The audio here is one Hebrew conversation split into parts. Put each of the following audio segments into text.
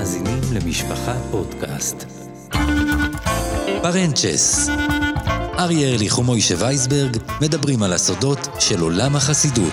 מאזינים למשפחה פודקאסט. פרנצ'ס. אריה ארליך ומוישה וייסברג מדברים על הסודות של עולם החסידות.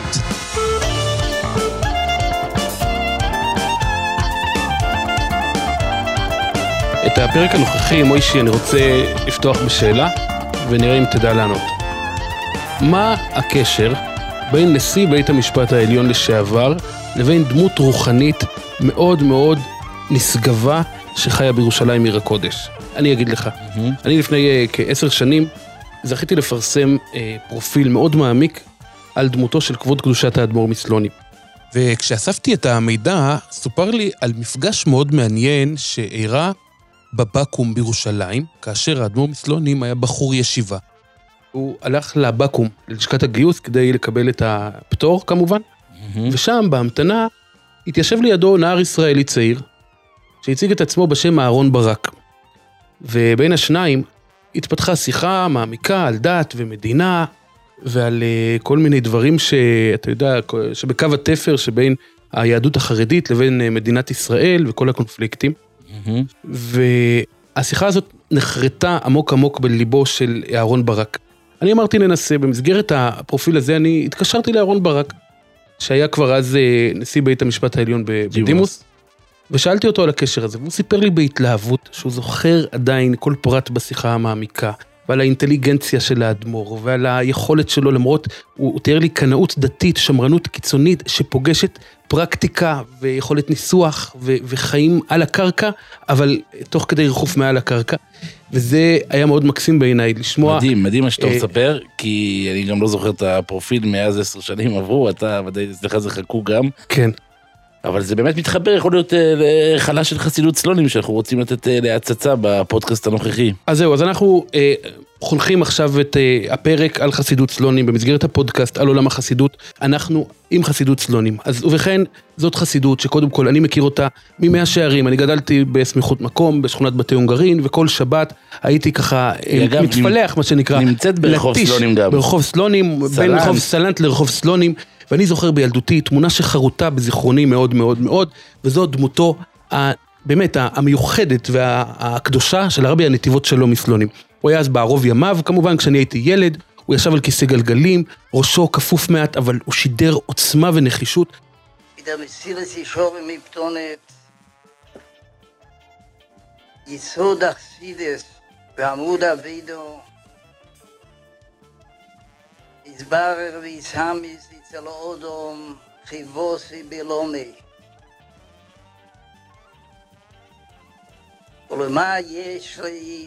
את הפרק הנוכחי, מוישה, אני רוצה לפתוח בשאלה, ונראה אם תדע לענות. מה הקשר בין נשיא בית המשפט העליון לשעבר, לבין דמות רוחנית מאוד מאוד נשגבה שחיה בירושלים עיר הקודש? אני אגיד לך. אני לפני כ10 שנים זכיתי לפרסם פרופיל מאוד מעמיק על דמותו של כבוד קדושת האדמו"ר מסלונים. וכשאספתי את המידע, סופר לי על מפגש מאוד מעניין שאירע בבקו"ם בירושלים, כאשר האדמו"ר מסלונים היה בחור ישיבה. הוא הלך לבקו"ם, ללשכת הגיוס, כדי לקבל את הפטור כמובן, ושם בהמתנה התיישב לידו נער ישראלי צעיר, שהציג את עצמו בשם אהרון ברק. ובין השניים התפתחה שיחה מעמיקה על דת ומדינה, ועל כל מיני דברים שאתה יודע, שבקו התפר שבין היהדות החרדית לבין מדינת ישראל וכל הקונפליקטים. והשיחה הזאת נחרטה עמוק עמוק בליבו של אהרון ברק. אני אמרתי ננסה, במסגרת הפרופיל הזה אני התקשרתי לאהרון ברק, שהיה כבר אז נשיא בית המשפט העליון בדימוס, ושאלתי אותו על הקשר הזה, והוא סיפר לי בהתלהבות שהוא זוכר עדיין כל פרט בשיחה המעמיקה, ועל האינטליגנציה של האדמו"ר, ועל היכולת שלו, למרות, הוא תיאר לי קנאות דתית, שמרנות קיצונית, שפוגשת פרקטיקה ויכולת ניסוח וחיים על הקרקע, אבל תוך כדי רחוף מעל הקרקע, וזה היה מאוד מקסים בעיניי לשמוע. מדהים מה שאתה מספר, כי אני גם לא זוכר את הפרופיל מאז 10 שנים עברו, אתה ודאי אצלך זה חכו גם. כן. אבל זה באמת מתחבר, יכול להיות לחלה של חסידות סלונים, שאנחנו רוצים לתת להצצה בפודקאסט הנוכחי. אז זהו, אז אנחנו חונכים עכשיו את הפרק על חסידות סלונים, במסגרת הפודקאסט על עולם החסידות, אנחנו עם חסידות סלונים. אז ובכן, זאת חסידות שקודם כל אני מכיר אותה ממאה שערים, אני גדלתי בסמיכות מקום, בשכונת בתי הונגרין, וכל שבת הייתי ככה מתפלח, מה שנקרא. נמצאת ברחוב סלונים גם. ברחוב סלונים, בין רחוב סלנט לרחוב סלונים, ואני זוכר בילדותי תמונה שחרוטה בזיכרוני מאוד מאוד מאוד, וזו דמותו באמת המיוחדת והקדושה של הרבי הנתיבות שלו מסלונים. הוא היה אז בערוב ימיו, כמובן כשאני הייתי ילד, הוא ישב על כיסא גלגלים, ראשו כפוף מעט, אבל הוא שידר עוצמה ונחישות. יסוד החסידות ועמוד אבידו, יסברר ויסהמיס אצל אודום חיבוסי בלומי. ולמה יש לי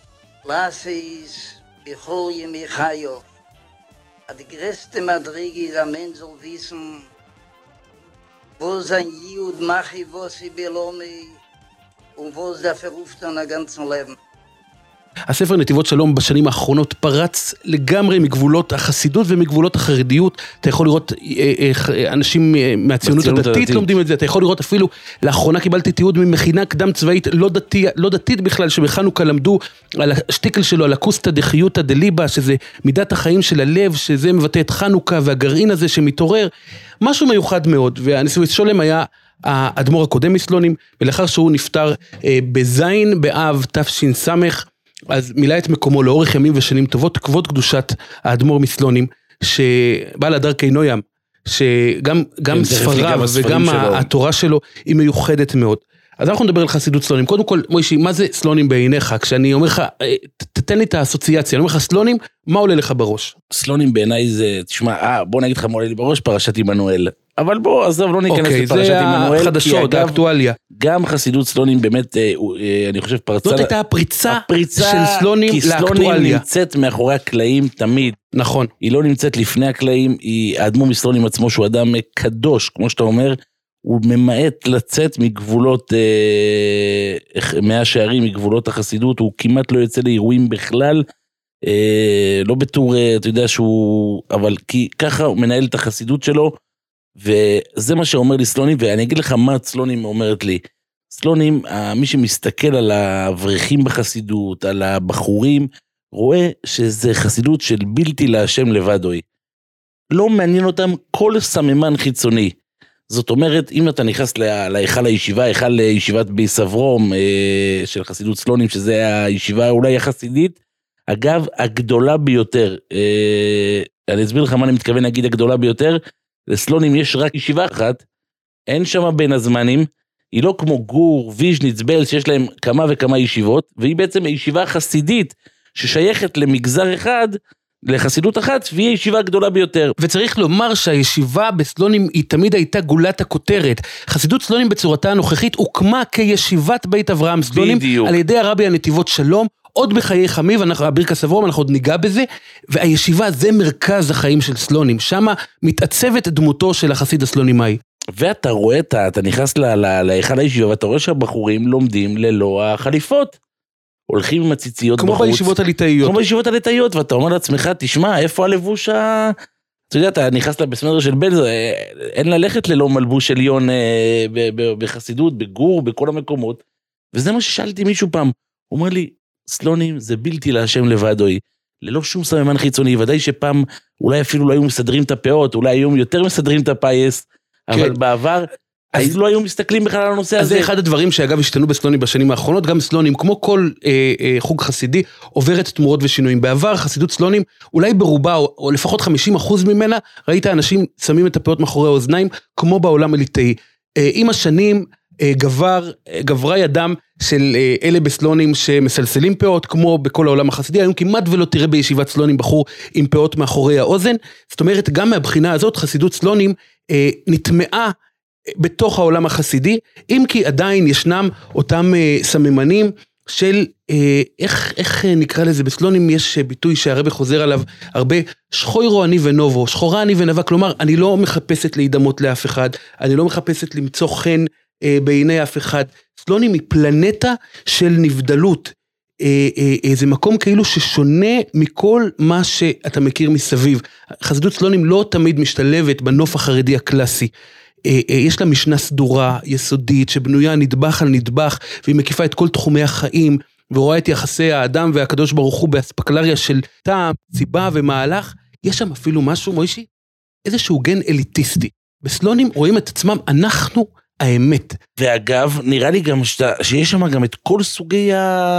לעשיס בכל ימי חיו, עד גרסטה מדריגי זמן זול ויסן, wo sein Jud machi vossi belomi und wo es dafür ruft an der ganzen Leben. הספר נתיבות שלום בשנים האחרונות פרץ לגמרי מגבולות החסידות ומגבולות החרדיות. אתה יכול לראות אנשים מהציונות הדתית לומדים את זה, אתה יכול לראות אפילו, לאחרונה קיבלתי תיעוד ממכינה קדם צבאית לא דתית בכלל, שבחנוכה למדו על השטיקל שלו, על הקוסטה דחיותא דליבה, שזה מידת החיים של הלב, שזה מבטא את חנוכה והגרעין הזה שמתעורר, משהו מיוחד מאוד. והנשיא שולם היה האדמו"ר הקודם מסלונים, ולאחר שהוא נפטר בזין באב תש"ס, אז מילא את מקומו לאורך ימים ושנים טובות, כבוד קדושת האדמו"ר מסלונים, שבא לדרכי נוים, שגם ספריו וגם התורה שלו היא מיוחדת מאוד. אז אנחנו נדבר על חסידות סלונים. קודם כל, מוישי, מה זה סלונים בעיניך? כשאני אומר לך, תתן לי את האסוציאציה, אני אומר לך סלונים, מה עולה לך בראש? סלונים בעיניי זה, תשמע, בוא נגיד לך מה עולה לי בראש, פרשת עמנואל. אבל בוא, עזוב, לא ניכנס לפרשת עמנואל. זה החדשות, האקטואליה. גם חסידות סלונים באמת, אני חושב פרצה. זאת הייתה הפריצה של סלונים לאקטואליה. כי סלונים נמצאת מאחורי הקלעים תמיד. נכון. היא לא נמצאת לפני הקלעים, האדמו"ר מסלונים עצמו שהוא אדם קדוש, כמו שאתה אומר, הוא ממעט לצאת מגבולות, מהשערים, מגבולות החסידות, הוא כמעט לא יוצא לאירועים בכלל, לא בתור, אתה יודע שהוא, אבל כי ככה הוא מנהל את החסידות שלו, וזה מה שאומר לי סלונים, ואני אגיד לך מה סלונים אומרת לי. סלונים, מי שמסתכל על האברכים בחסידות, על הבחורים, רואה שזה חסידות של בלתי להשם לבדוי. לא מעניין אותם כל סממן חיצוני. זאת אומרת, אם אתה נכנס להיכל הישיבה, היכל ישיבת ביס אברום של חסידות סלונים, שזה הישיבה אולי החסידית, אגב, הגדולה ביותר, אני אסביר לך מה אני מתכוון להגיד הגדולה ביותר, לסלונים יש רק ישיבה אחת, אין שם בין הזמנים, היא לא כמו גור, ויז'ניץ, בל, שיש להם כמה וכמה ישיבות, והיא בעצם הישיבה החסידית, ששייכת למגזר אחד, לחסידות אחת, והיא הישיבה הגדולה ביותר. וצריך לומר שהישיבה בסלונים היא תמיד הייתה גולת הכותרת. חסידות סלונים בצורתה הנוכחית הוקמה כישיבת בית אברהם סלונים, בדיוק. על ידי הרבי הנתיבות שלום, עוד בחיי חמיב, ברכס אברום, אנחנו עוד ניגע בזה, והישיבה זה מרכז החיים של סלונים, שמה מתעצבת דמותו של החסיד הסלונימאי. ואתה רואה, אתה נכנס להיכל הישיבה, ואתה רואה שהבחורים לומדים ללא החליפות. הולכים עם הציציות בחוץ. כמו בישיבות הליטאיות. כמו בישיבות הליטאיות, ואתה אומר לעצמך, תשמע, איפה הלבוש אתה יודע, אתה נכנס בסמדר של בל, אין ללכת ללא מלבוש עליון בחסידות, בגור, בכל המקומות. וזה מה ששאלתי מישהו פעם. הוא אומר לי, סלונים זה בלתי להשם לבדוי. ללא שום סממן חיצוני, ודאי שפעם אולי אפילו לא היו מסדרים את הפאות, אולי היום יותר מסדרים את הפייס, אבל בעבר אז לא היו מסתכלים בכלל על הנושא הזה. אז זה אחד הדברים שאגב השתנו בסלונים בשנים האחרונות, גם סלונים, כמו כל חוג חסידי, עוברת תמורות ושינויים. בעבר חסידות סלונים, אולי ברובה, או לפחות 50% ממנה, ראית אנשים שמים את הפאות מאחורי האוזניים, כמו בעולם הליטאי. עם השנים גברה ידם של אלה בסלונים שמסלסלים פאות, כמו בכל העולם החסידי, היום כמעט ולא תראה בישיבת סלונים בחור עם פאות מאחורי האוזן. זאת אומרת, גם מהבחינה הזאת, חסידות סלונים נטמעה בתוך העולם החסידי, אם כי עדיין ישנם אותם סממנים של, איך נקרא לזה, בסלונים יש ביטוי שהרבא חוזר עליו הרבה, שחוירו אני ונובו, שחורה אני ונבא, כלומר, אני לא מחפשת להידמות לאף אחד, אני לא מחפשת למצוא חן בעיני אף אחד, סלונים היא פלנטה של נבדלות, זה מקום כאילו ששונה מכל מה שאתה מכיר מסביב, חסידות סלונים לא תמיד משתלבת בנוף החרדי הקלאסי, יש לה משנה סדורה, יסודית, שבנויה נדבך על נדבך, והיא מקיפה את כל תחומי החיים, ורואה את יחסי האדם והקדוש ברוך הוא באספקלריה של טעם, סיבה ומהלך. יש שם אפילו משהו, מוישי, איזשהו גן אליטיסטי. בסלונים רואים את עצמם, אנחנו האמת. ואגב, נראה לי גם שיש שם גם את כל סוגי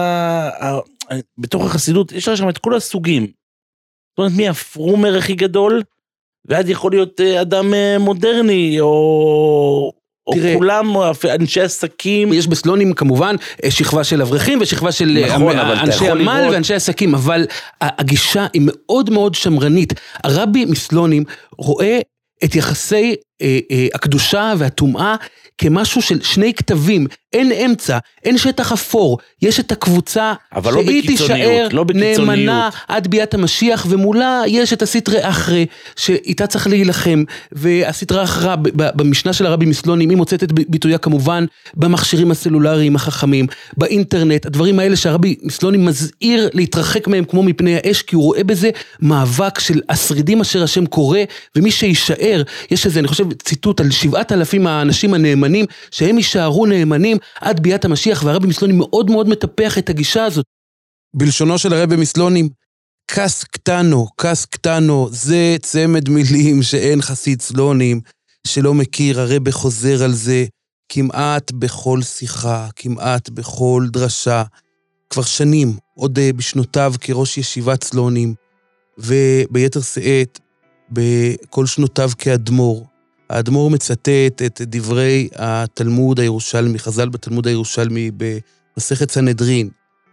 בתוך החסידות, יש שם את כל הסוגים. זאת אומרת, מי הפרומר הכי גדול? ועד יכול להיות אדם מודרני, או כולם, או אנשי עסקים. יש בסלונים כמובן שכבה של אברכים, ושכבה של אנשי עמל ואנשי עסקים, אבל הגישה היא מאוד מאוד שמרנית. הרבי מסלונים רואה את יחסי הקדושה והטומאה כמשהו של שני כתבים, אין אמצע, אין שטח אפור, יש את הקבוצה שהיא תישאר נאמנה עד ביאת המשיח, ומולה יש את הסטרי אחרי, שאיתה צריך להילחם, והסטרה אחרה במשנה של הרבי מסלונים, היא מוצאת את ביטויה כמובן במכשירים הסלולריים החכמים, באינטרנט, הדברים האלה שהרבי מסלונים מזהיר להתרחק מהם כמו מפני האש, כי הוא רואה בזה מאבק של השרידים אשר השם קורא, ומי שישאר, יש איזה, אני חושב, ציטוט על 7,000 האנשים הנאמנים, שהם יישארו נאמנים עד ביאת המשיח, והרבי מסלונים מאוד מאוד מטפח את הגישה הזאת. בלשונו של הרבי מסלונים, כס קטנו, זה צמד מילים שאין חסיד סלונים שלא מכיר, הרבי חוזר על זה כמעט בכל שיחה, כמעט בכל דרשה, כבר שנים, עוד בשנותיו כראש ישיבת סלונים, וביתר שאת, בכל שנותיו כאדמו"ר. האדמו"ר מצטט את דברי התלמוד הירושלמי, חז"ל בתלמוד הירושלמי במסכת סנהדרין.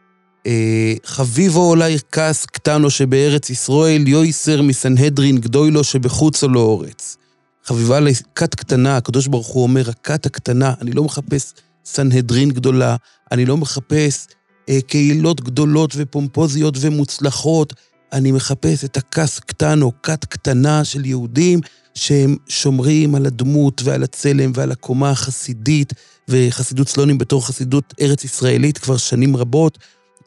חביבו אולי כס קטנו שבארץ ישראל, יויסר מסנהדרין גדולו שבחוצו לאורץ. חביבה לי כת קטנה, הקדוש ברוך הוא אומר, הכת הקטנה, אני לא מחפש סנהדרין גדולה, אני לא מחפש קהילות גדולות ופומפוזיות ומוצלחות, אני מחפש את הכס קטנו, כת קטנה של יהודים, שהם שומרים על הדמות ועל הצלם ועל הקומה החסידית, וחסידות סלונים בתור חסידות ארץ ישראלית כבר שנים רבות,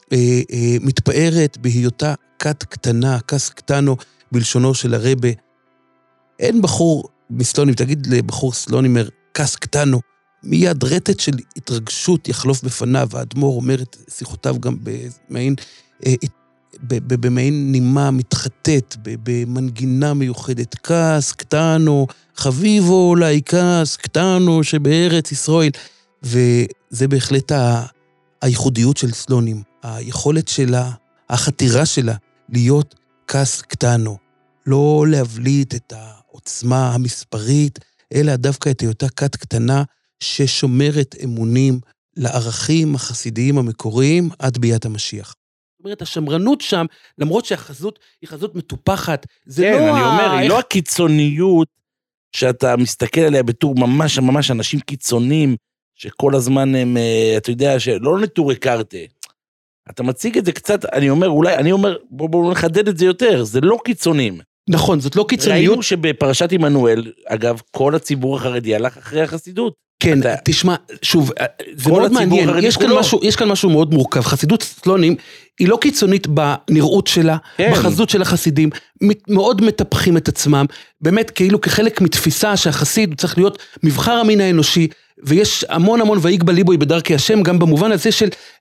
מתפארת בהיותה כת קטנה, כס קטנו בלשונו של הרבי. אין בחור מסלונים, תגיד לבחור סלונימר, כס קטנו, מיד רטט של התרגשות יחלוף בפניו, האדמו"ר אומר את שיחותיו גם במעין במעין נימה מתחטט, במנגינה מיוחדת, כס קטנו, חביבו אולי כס קטנו שבארץ ישראל, וזה בהחלט הייחודיות של סלונים, היכולת שלה, החתירה שלה, להיות כס קטנו, לא להבליט את העוצמה המספרית, אלא דווקא את היותה כת קטנה ששומרת אמונים לערכים החסידיים המקוריים עד ביאת המשיח. זאת אומרת, השמרנות שם, למרות שהחזות היא חזות מטופחת, זה כן, לא... אני אומר, היא לא הקיצוניות שאתה מסתכל עליה בתור ממש ממש אנשים קיצונים, שכל הזמן הם, אתה יודע, שלא נטורי קרטה. אתה מציג את זה קצת, אני אומר, בואו נחדד את זה יותר, זה לא קיצונים. נכון, זאת לא קיצוניות. ראינו שבפרשת עמנואל, אגב, כל הציבור החרדי הלך אחרי החסידות. כן, תשמע, שוב, זה מאוד מעניין, יש כאן משהו מאוד מורכב, חסידות סלונים היא לא קיצונית בנראות שלה, בחזות של החסידים, מאוד מטפחים את עצמם, באמת כאילו כחלק מתפיסה שהחסיד צריך להיות מבחר המין האנושי, ויש המון ויגבה ליבוי בדרכי השם, גם במובן הזה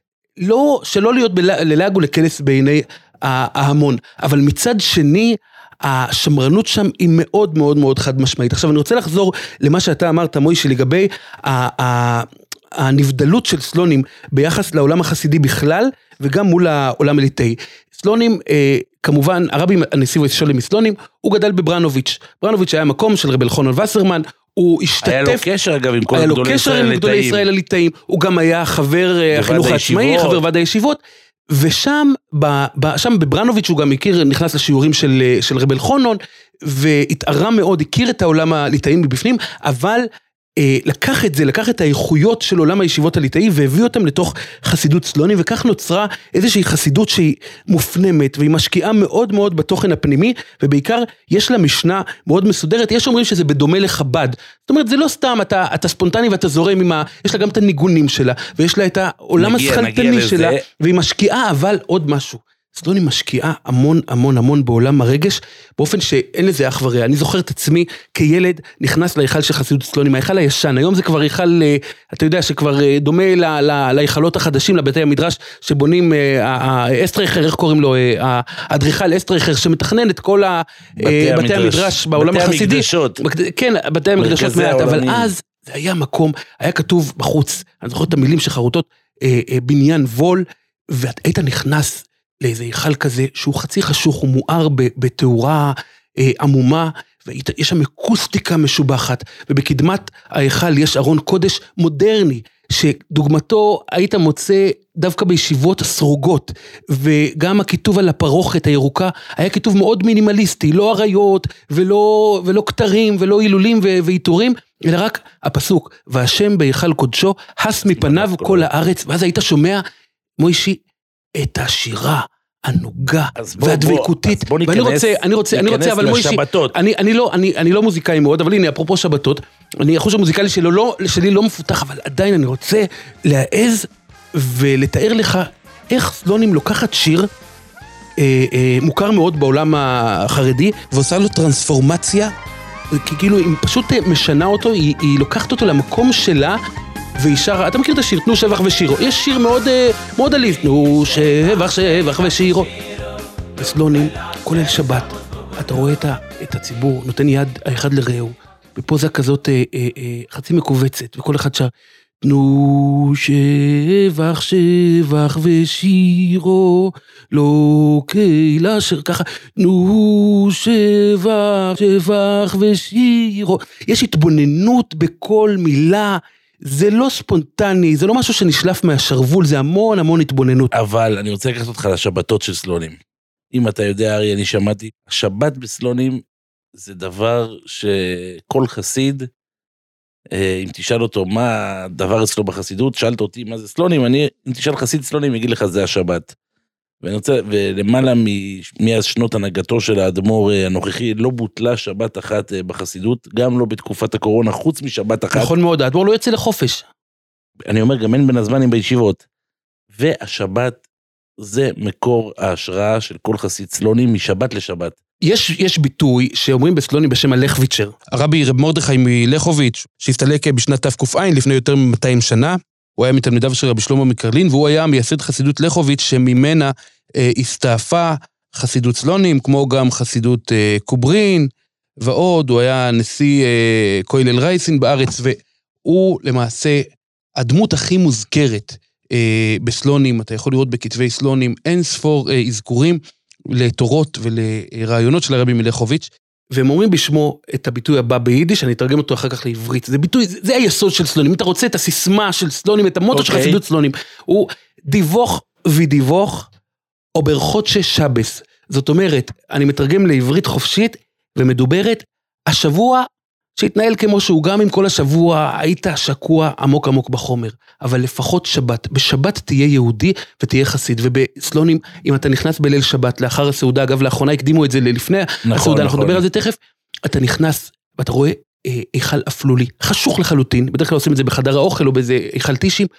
שלא להיות ללעג ולקלס בעיני ההמון, אבל מצד שני, השמרנות שם היא מאוד מאוד מאוד חד משמעית. עכשיו אני רוצה לחזור למה שאתה אמרת, מוישי, לגבי הנבדלות של סלונים ביחס לעולם החסידי בכלל, וגם מול העולם הליטאי. סלונים, כמובן, הרבי הנשיא וישולה מסלונים, הוא גדל בברנוביץ'. ברנוביץ' היה מקום של רבי אלחנן וסרמן, הוא השתתף... היה לו קשר אגב עם כל גדולי ישראל הליטאים. הוא גם היה חבר החינוך העצמאי, חבר ועד הישיבות, ושם, שם בברנוביץ' הוא גם נכנס לשיעורים של רבי אלחנן, והתערם מאוד, הכיר את העולם הליטאים מבפנים, אבל לקח את האיכויות של עולם הישיבות הליטאי, והביא אותם לתוך חסידות סלונים, וכך נוצרה איזושהי חסידות שהיא מופנמת, והיא משקיעה מאוד מאוד בתוכן הפנימי, ובעיקר יש לה משנה מאוד מסודרת, יש אומרים שזה בדומה לחב"ד, זאת אומרת, זה לא סתם, אתה ספונטני ואתה זורם יש לה גם את הניגונים שלה, ויש לה את העולם השכלתני שלה, והיא משקיעה, אבל עוד משהו, סלונים משקיעה המון בעולם הרגש, באופן שאין לזה אח ורע. אני זוכר את עצמי כילד נכנס להיכל של חסידות סלונים, ההיכל הישן, היום זה כבר היכל, אתה יודע, שכבר דומה להיכלות החדשים, לבתי המדרש, שבונים אסטרייכר, איך קוראים לו, האדריכל אסטרייכר, שמתכנן את כל בתי המדרש בעולם החסידי. כן, בתי המקדשות מעט, אבל אז זה היה מקום, היה כתוב בחוץ, אני זוכר את המילים שחרוטות, בניין וול, והיית נכנס לאיזה היכל כזה, שהוא חצי חשוך, הוא מואר בתאורה עמומה, ויש שם אקוסטיקה משובחת, ובקדמת ההיכל יש ארון קודש מודרני, שדוגמתו היית מוצא דווקא בישיבות הסרוגות, וגם הכיתוב על הפרוכת הירוקה, היה כיתוב מאוד מינימליסטי, לא עריות, ולא כתרים, ולא הילולים ועיטורים, אלא רק הפסוק, והשם בהיכל קודשו, הס מפניו כל הארץ, ואז היית שומע, מוישי, את השירה הנוגה והדבקותית, ואני רוצה, אבל מוישי, אני לא מוזיקאי מאוד, אבל הנה, אפרופו שבתות, החוש המוזיקלי שלי לא מפותח, אבל עדיין אני רוצה להעז ולתאר לך איך סלונים לוקחת שיר מוכר מאוד בעולם החרדי, ועושה לו טרנספורמציה, כאילו היא פשוט משנה אותו, היא לוקחת אותו למקום שלה, והיא שרה, אתה מכיר את השיר, תנו שבח ושירו, יש שיר מאוד עליז, תנו שבח ושירו, בסלונים, כולל שבת, אתה רואה את הציבור, נותן יד האחד לרעהו, בפוזה כזאת חצי מקובצת, וכל אחד שר, תנו שבח ושירו, לא קהילה ככה, תנו שבח ושירו, יש התבוננות בכל מילה, זה לא ספונטני, זה לא משהו שנשלף מהשרוול, זה המון התבוננות. אבל אני רוצה לקחת אותך לשבתות של סלונים. אם אתה יודע, ארי, אני שמעתי, השבת בסלונים זה דבר שכל חסיד, אם תשאל אותו מה הדבר אצלו בחסידות, שאלת אותי מה זה סלונים, אם תשאל חסיד סלונים, יגיד לך זה השבת. ולמעלה מאז שנות הנהגתו של האדמו"ר הנוכחי, לא בוטלה שבת אחת בחסידות, גם לא בתקופת הקורונה, חוץ משבת אחת. נכון מאוד, האדמו"ר לא יוצא לחופש. אני אומר, גם אין בין הזמנים בישיבות. והשבת זה מקור ההשראה של כל חסיד סלונים משבת לשבת. יש ביטוי שאומרים בסלונים בשם הלכוויצ'ר. הרבי רב מרדכי מלכוביץ', שהסתלק בשנת תק"ע לפני יותר מ-200 שנה, הוא היה מתלמידיו של רבי שלמה מקרלין, והוא היה מייסד חסידות לכוביץ' שממנה הסתעפה חסידות סלונים, כמו גם חסידות קוברין, ועוד, הוא היה נשיא כולל רייסין בארץ, והוא למעשה הדמות הכי מוזכרת בסלונים, אתה יכול לראות בכתבי סלונים, אין ספור אזכורים לתורות ולרעיונות של הרבי מלכוביץ', והם אומרים בשמו את הביטוי הבא ביידיש, אני אתרגם אותו אחר כך לעברית, זה ביטוי, זה היסוד של סלונים, אם אתה רוצה את הסיסמה של סלונים, את המוטו של חסידות סלונים, הוא דיווח ודיווח, או ברכות ששבס, זאת אומרת, אני מתרגם לעברית חופשית, ומדוברת, השבוע שהתנהל כמו שהוא, גם אם כל השבוע היית שקוע עמוק עמוק בחומר, אבל לפחות שבת, בשבת תהיה יהודי ותהיה חסיד, ובסלונים, אם אתה נכנס בליל שבת, לאחר הסעודה, אגב לאחרונה הקדימו את זה לפני הסעודה, אנחנו נדבר על זה תכף, אתה נכנס ואתה רואה היכל אפלולי, חשוך לחלוטין, בדרך כלל עושים את זה בחדר האוכל או באיזה היכל טישים,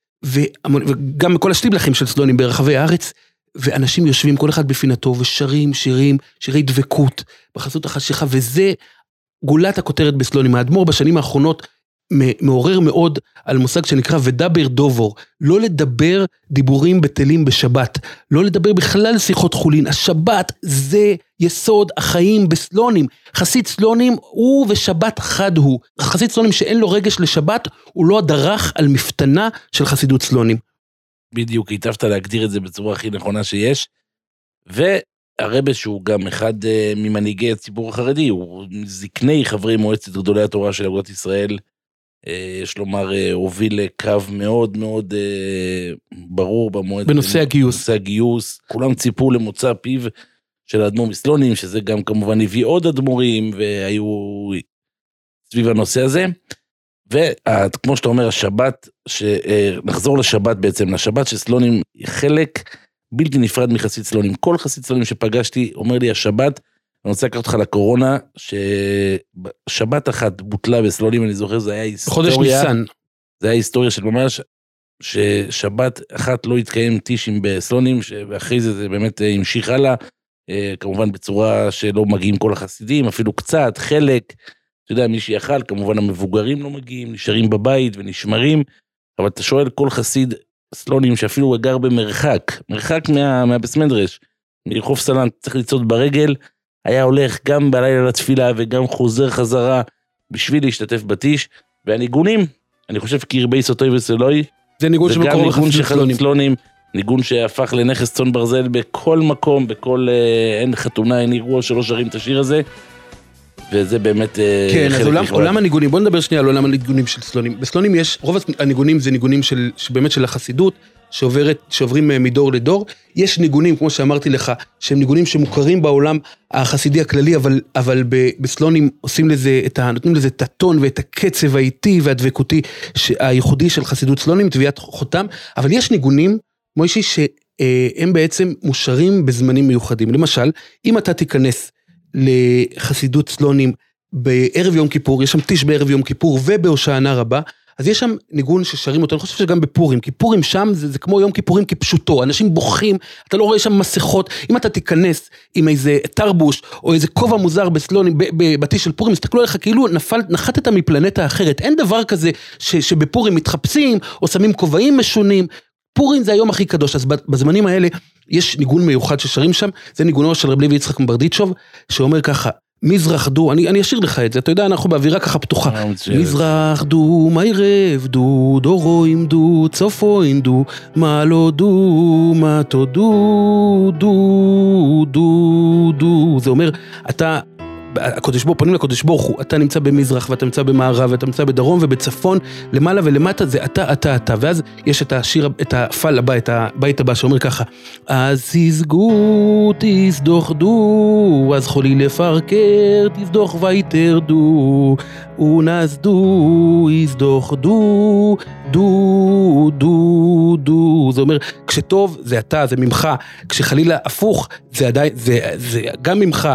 וגם בכל השטיבלחים של סלונים ברחבי הארץ, ואנשים יושבים כל אחד בפינתו ושרים שירי דבקות בחסות החשיכה, וזה גולת הכותרת בסלונים. האדמו"ר בשנים האחרונות מעורר מאוד על מושג שנקרא ודבר דובור, לא לדבר דיבורים בטלים בשבת, לא לדבר בכלל שיחות חולין, השבת זה יסוד החיים בסלונים, חסיד סלונים הוא ושבת חד הוא, חסיד סלונים שאין לו רגש לשבת, הוא לא הדרך על מפתנה של חסידות סלונים. בדיוק, היטבת להגדיר את זה בצורה הכי נכונה שיש, והרבא שהוא גם אחד ממנהיגי הציבור החרדי, הוא זקני חברי מועצת גדולי התורה של אגודת ישראל, יש לומר, הוביל לקו מאוד מאוד ברור במועצת. בנושא הגיוס. בנושא הגיוס, כולם ציפו למוצא פיו של האדמו"ר מסלונים, שזה גם כמובן הביא עוד אדמו"רים, והיו סביב הנושא הזה, וכמו שאתה אומר, השבת, נחזור לשבת בעצם, לשבת שסלונים חלק בלתי נפרד מחסיד סלונים, כל חסיד סלונים שפגשתי אומר לי השבת, אני רוצה לקחת אותך לקורונה, ששבת אחת בוטלה בסלונים, אני זוכר, זה היה היסטוריה, חודש ניסן. זה היה היסטוריה של ממש, ששבת אחת לא התקיים טישים בסלונים, ואחרי זה באמת המשיך הלאה, כמובן בצורה שלא מגיעים כל החסידים, אפילו קצת, חלק, אתה יודע, מי שיכל, כמובן המבוגרים לא מגיעים, נשארים בבית ונשמרים, אבל אתה שואל כל חסיד סלונים שאפילו גר במרחק, מרחק מהבסמדרש, מרחוב סלן, צריך לצעוד ברגל, היה הולך גם בלילה לתפילה וגם חוזר חזרה בשביל להשתתף בטיש, והניגונים, אני חושב קרבי סוטוי וסלוי, זה ניגון שמקור בחסידות סלונים, ניגון שהפך לנכס צאן ברזל בכל מקום, בכל אין חתונה, אין אירוע שלא שרים את השיר הזה, וזה באמת כן, אז עולם הניגונים, בוא נדבר שנייה על עולם הניגונים של סלונים. בסלונים יש, רוב הניגונים זה ניגונים באמת של החסידות, שעוברים מדור לדור. יש ניגונים, כמו שאמרתי לך, שהם ניגונים שמוכרים בעולם החסידי הכללי, אבל בסלונים עושים לזה, נותנים לזה את הטון ואת הקצב האיטי והדבקותי הייחודי של חסידות סלונים, טביעת חותם, אבל יש ניגונים, מוישי, שהם בעצם מושרים בזמנים מיוחדים. למשל, אם אתה תיכנס לחסידות סלונים בערב יום כיפור, יש שם טיש בערב יום כיפור ובהושענא רבה, אז יש שם ניגון ששרים אותו, אני חושב שגם בפורים, כיפורים שם זה כמו יום כיפורים כפשוטו, אנשים בוכים, אתה לא רואה שם מסכות, אם אתה תיכנס עם איזה תרבוש, או איזה כובע מוזר בסלונים, בטיש של פורים, הסתכלו עליך כאילו נחתת מפלנטה אחרת, אין דבר כזה שבפורים מתחפשים, או שמים כובעים משונים, פורים זה היום הכי קדוש, אז בזמנים האלה יש ניגון מיוחד ששרים שם, זה ניגונו של רב לוי יצחק מברדיצ'וב, שאומר ככה, מזרח דו, אני אשאיר לך את זה, אתה יודע, אנחנו באווירה ככה פתוחה, מזרח דו, מיירב דו, דורו עמדו, צופו עמדו, מה לא דו, מה תודו, דו, דו, דו, זה אומר, אתה, הקודש ברוך, פונים לקודש ברוך הוא, אתה נמצא במזרח, ואתה נמצא במערב, ואתה נמצא בדרום ובצפון, למעלה ולמטה, זה אתה, ואז יש את השיר, את הפל הבא, את הבית הבא, שאומר ככה, אז תסגו, תסדוחדו, אז חולי לפרקר, תסדוח ויתרדו, ונסדו, יסדוחדו, דו, דו, דו, זה אומר, כשטוב, זה אתה, זה ממך, כשחלילה הפוך, זה עדיין, זה גם ממך,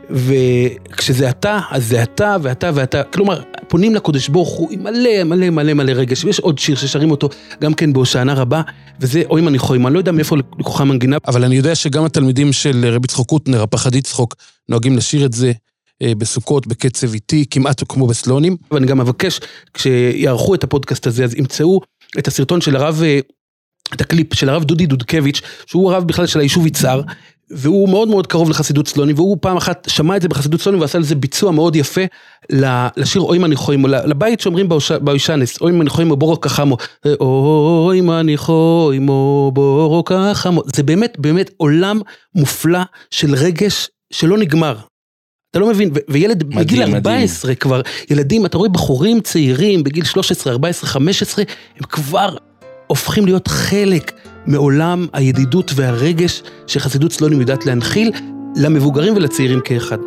וכשזה אתה, אז זה אתה ואתה ואתה, כלומר, פונים לקודש ברוך הוא עם מלא מלא מלא מלא רגש, ויש עוד שיר ששרים אותו גם כן בהושענא רבה, וזה או אם אני חוים, אני לא יודע מאיפה לקוחה מנגינה. אבל אני יודע שגם התלמידים של רבי יצחק קוטנר, הפחד יצחק, נוהגים לשיר את זה בסוכות, בקצב איטי, כמעט כמו בסלונים. ואני גם מבקש, כשיערכו את הפודקאסט הזה, אז ימצאו את הסרטון של הרב את הקליפ של הרב דודי דודקביץ', שהוא הרב בכלל של היישוב יצהר, והוא מאוד מאוד קרוב לחסידות סלונים, והוא פעם אחת שמע את זה בחסידות סלונים, ועשה לזה ביצוע מאוד יפה, לשיר אוי מניחוים, או לבית שאומרים באוישנס, אוי מניחוים או בורו כחמו, אוי מניחוים או בורו כחמו, זה באמת באמת עולם מופלא של רגש שלא נגמר. אתה לא מבין, וילד בגיל 14 כבר, ילדים, אתה רואה בחורים צעירים, בגיל 13, 14, 15, הם כבר הופכים להיות חלק מעולם הידידות והרגש שחסידות סלונים יודעת להנחיל למבוגרים ולצעירים כאחד.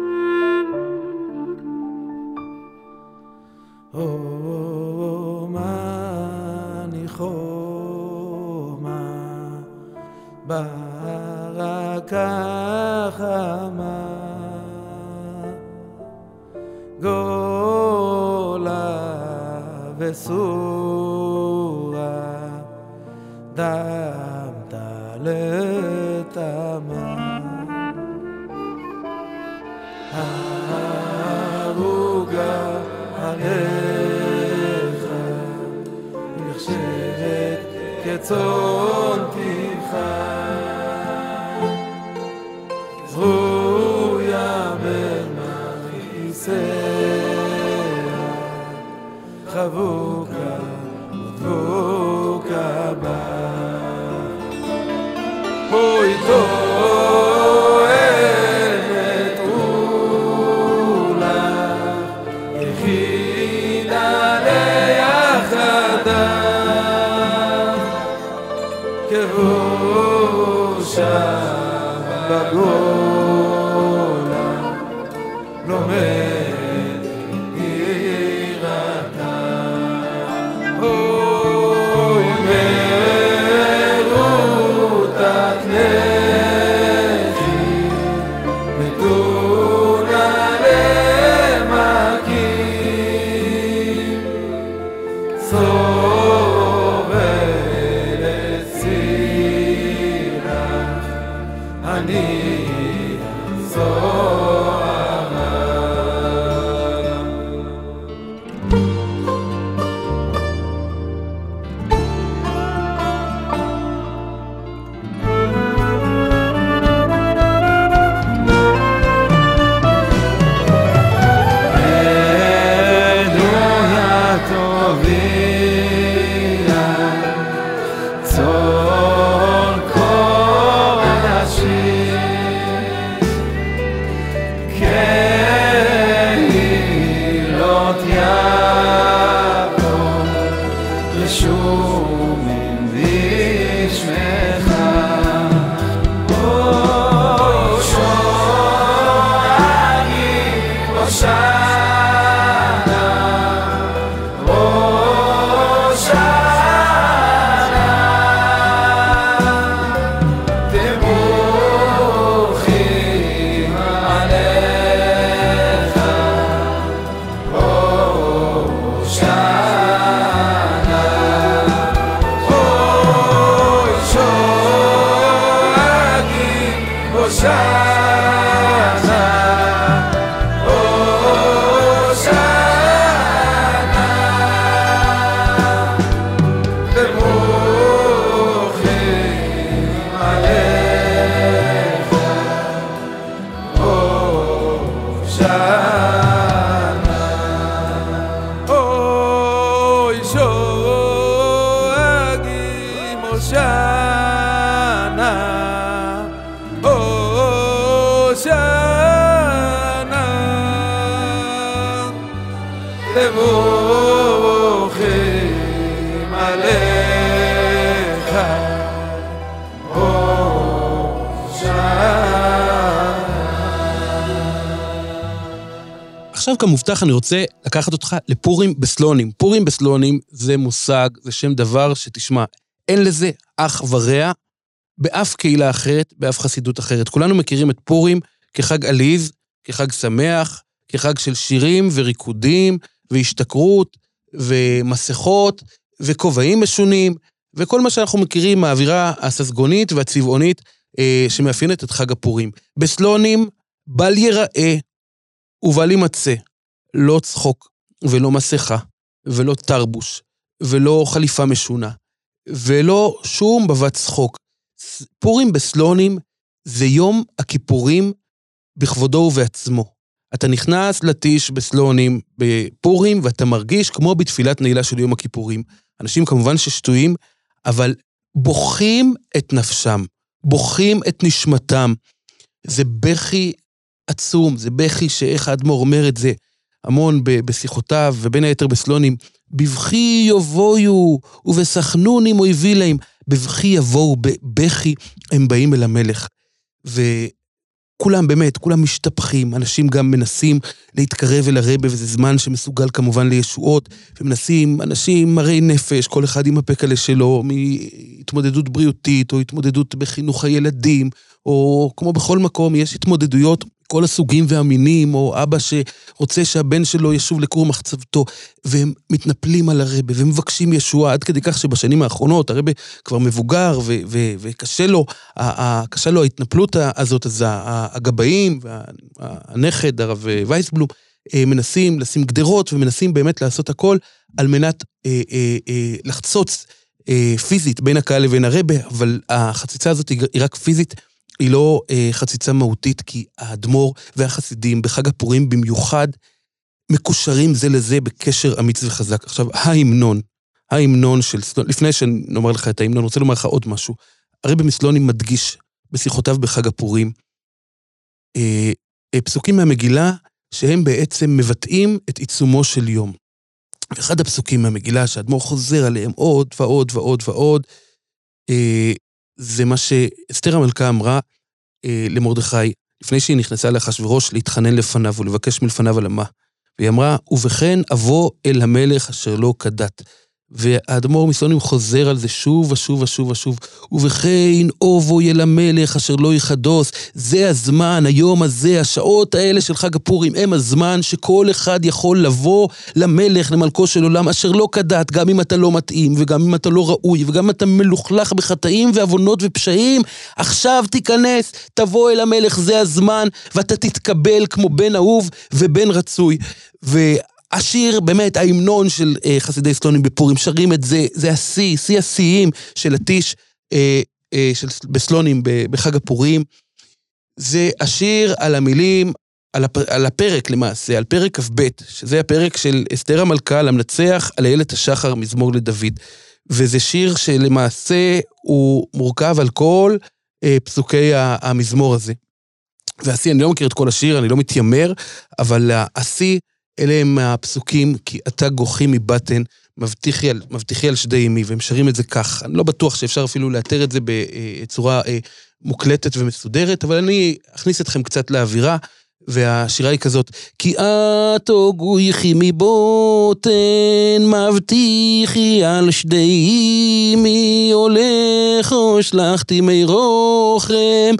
גולה וסורה דמת לתמה הרוגה עליך נחשבת כצאן טבחה זרויה במכיסיה חבוקה ודבוקה בה אוי תואמת אולה יחידה ליחדה כבושה בגולה לומד יראתה אוי מרות הכנכי מתונה למקים סובלת סירח אני לבוכים עליך עכשיו כמובטח אני רוצה לקחת אותך לפורים בסלונים. פורים בסלונים זה מושג, זה שם דבר שתשמע, אין לזה אח ורע באף קהילה אחרת, באף חסידות אחרת. כולנו מכירים את פורים כחג עליז, כחג שמח, כחג של שירים וריקודים והשתכרות ומסכות וכובעים משונים וכל מה שאנחנו מכירים מהאווירה הססגונית והצבעונית שמאפיינת את חג הפורים. בסלונים בל ייראה ובל יימצא לא צחוק ולא מסכה ולא תרבוש ולא חליפה משונה ולא שום בבת צחוק. פורים בסלונים זה יום הכיפורים בכבודו ובעצמו. אתה נכנס לטיש בסלונים בפורים, ואתה מרגיש כמו בתפילת נעילה של יום הכיפורים. אנשים כמובן ששטויים, אבל בוכים את נפשם, בוכים את נשמתם. זה בכי עצום, זה בכי שאיך האדמו"ר אומר את זה המון בשיחותיו, ובין היתר בסלונים, בבכי יבואו ובסחנונים אויבי להם, בבכי יבואו, בבכי הם באים אל המלך. וכולם באמת, כולם משתפכים, אנשים גם מנסים להתקרב אל הרב, וזה זמן שמסוגל כמובן לישועות, ומנסים אנשים מראי נפש, כל אחד עם הפקלה שלו, מהתמודדות בריאותית, או התמודדות בחינוך הילדים, או כמו בכל מקום, יש התמודדויות, כל הסוגים והמינים, או אבא שרוצה שהבן שלו ישוב לקור מחצבתו, והם מתנפלים על הרבי, ומבקשים ישועה, עד כדי כך שבשנים האחרונות, הרבי כבר מבוגר, וקשה לו, קשה לו ההתנפלות הזאת, אז הגבאים, והנכד, הרב וייסבלום, מנסים לשים גדרות, ומנסים באמת לעשות הכל, על מנת לחצוץ פיזית בין הקהל לבין הרבי, אבל החציצה הזאת היא רק פיזית, היא לא חציצה מהותית, כי האדמו"ר והחסידים בחג הפורים במיוחד מקושרים זה לזה בקשר אמיץ וחזק. עכשיו, ההמנון של סלונים, לפני שנאמר לך את ההמנון, אני רוצה לומר לך עוד משהו. הרבי מסלונים מדגיש בשיחותיו בחג הפורים, פסוקים מהמגילה שהם בעצם מבטאים את עיצומו של יום. ואחד הפסוקים מהמגילה שהאדמו"ר חוזר עליהם עוד ועוד ועוד ועוד, זה מה שאסתר המלכה אמרה למרדכי, לפני שהיא נכנסה לאחשוורוש להתחנן לפניו ולבקש מלפניו על המה. והיא אמרה, ובכן אבוא אל המלך אשר לא כדת. והאדמו"ר מסלונים חוזר על זה שוב ושוב ושוב ושוב. ובכן אבוא אל המלך אשר לא יחדוס. זה הזמן, היום הזה, השעות האלה של חג הפורים, הם הזמן שכל אחד יכול לבוא למלך, למלכו של עולם, אשר לא כדת, גם אם אתה לא מתאים, וגם אם אתה לא ראוי, וגם אם אתה מלוכלך בחטאים ועוונות ופשעים, עכשיו תיכנס, תבוא אל המלך, זה הזמן, ואתה תתקבל כמו בן אהוב ובן רצוי. השיר, באמת, ההמנון של חסידי סלונים בפורים, שרים את זה, זה השיא, שיא השיאים של הטיש בסלונים בחג הפורים. זה השיר על המילים, על הפרק למעשה, על פרק כ"ב, שזה הפרק של אסתר המלכה, למנצח על איילת השחר, מזמור לדוד. וזה שיר שלמעשה הוא מורכב על כל פסוקי המזמור הזה. והשיא, אני לא מכיר את כל השיר, אני לא מתיימר, אבל השיא, אלה הם הפסוקים, כי אתה גוחי מבטן, מבטיחי על שדי ימי, והם שרים את זה כך. אני לא בטוח שאפשר אפילו לאתר את זה בצורה מוקלטת ומסודרת, אבל אני אכניס אתכם קצת לאווירה, והשירה היא כזאת, כי אתו גויכי מבוטן, מבטיחי על שדי מי הולך, או שלחתי מי רוחם,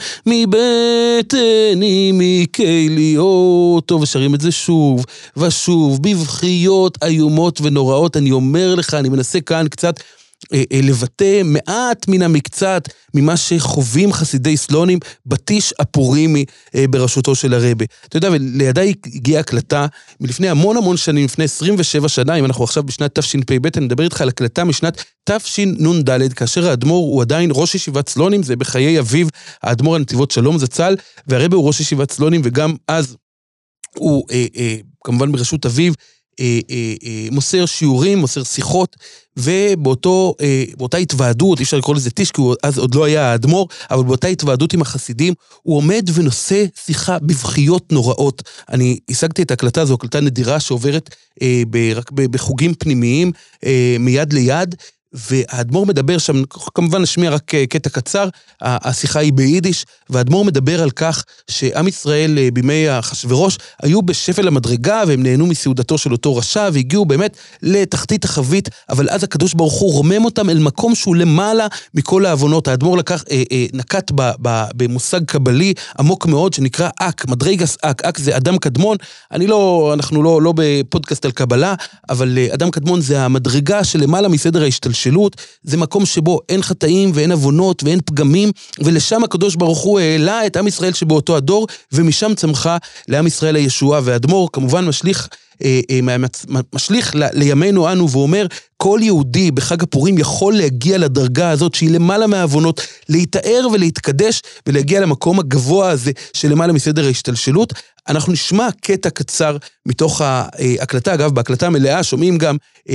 מבטני מכלי אותו, ושרים את זה שוב ושוב, בבכיות איומות ונוראות. אני אומר לך, אני מנסה כאן קצת לבטא מעט מן המקצת ממה שחווים חסידי סלונים בטיש הפורימי בראשותו של הרבי. אתה יודע, ולידי הגיעה הקלטה מלפני המון שנים, לפני 27 שנה, אם אנחנו עכשיו בשנת תשפ"ב, אני מדבר איתך על הקלטה משנת תשנ"ד, כאשר האדמו"ר הוא עדיין ראש ישיבת סלונים, זה בחיי אביו, האדמו"ר הנתיבות שלום זצ"ל, והרבי הוא ראש ישיבת סלונים, וגם אז הוא כמובן ברשות אביו, מוסר שיעורים, מוסר שיחות, ובאותה התוועדות, אי אפשר לקרוא לזה טיש, כי אז עוד לא היה האדמו"ר, אבל באותה התוועדות עם החסידים, הוא עומד ונושא שיחה בבכיות נוראות. אני השגתי את ההקלטה הזו, הקלטה נדירה שעוברת רק בחוגים פנימיים, מיד ליד, והאדמו"ר מדבר שם, כמובן נשמיע רק קטע קצר, השיחה היא ביידיש, והאדמו"ר מדבר על כך שעם ישראל בימי אחשוורוש היו בשפל המדרגה, והם נהנו מסעודתו של אותו רשע, והגיעו באמת לתחתית החבית, אבל אז הקדוש ברוך הוא רומם אותם אל מקום שהוא למעלה מכל העוונות. האדמו"ר נקט במושג קבלי עמוק מאוד, שנקרא אק, מדרגס אק. אק זה אדם קדמון, אנחנו לא בפודקאסט על קבלה, אבל אדם קדמון זה המדרגה שלמעלה מסדר ההשתלשלות, זה מקום שבו אין חטאים ואין עוונות ואין פגמים, ולשם הקדוש ברוך הוא העלה את עם ישראל שבאותו הדור, ומשם צמחה לעם ישראל הישועה. והאדמו"ר כמובן משליך משליך לימינו אנו ואומר, כל יהודי בחג הפורים יכול להגיע לדרגה הזאת שהיא למעלה מהעוונות, להתאר ולהתקדש ולהגיע למקום הגבוה הזה של למעלה מסדר ההשתלשלות. אנחנו נשמע קטע קצר מתוך ההקלטה, אגב בהקלטה המלאה שומעים גם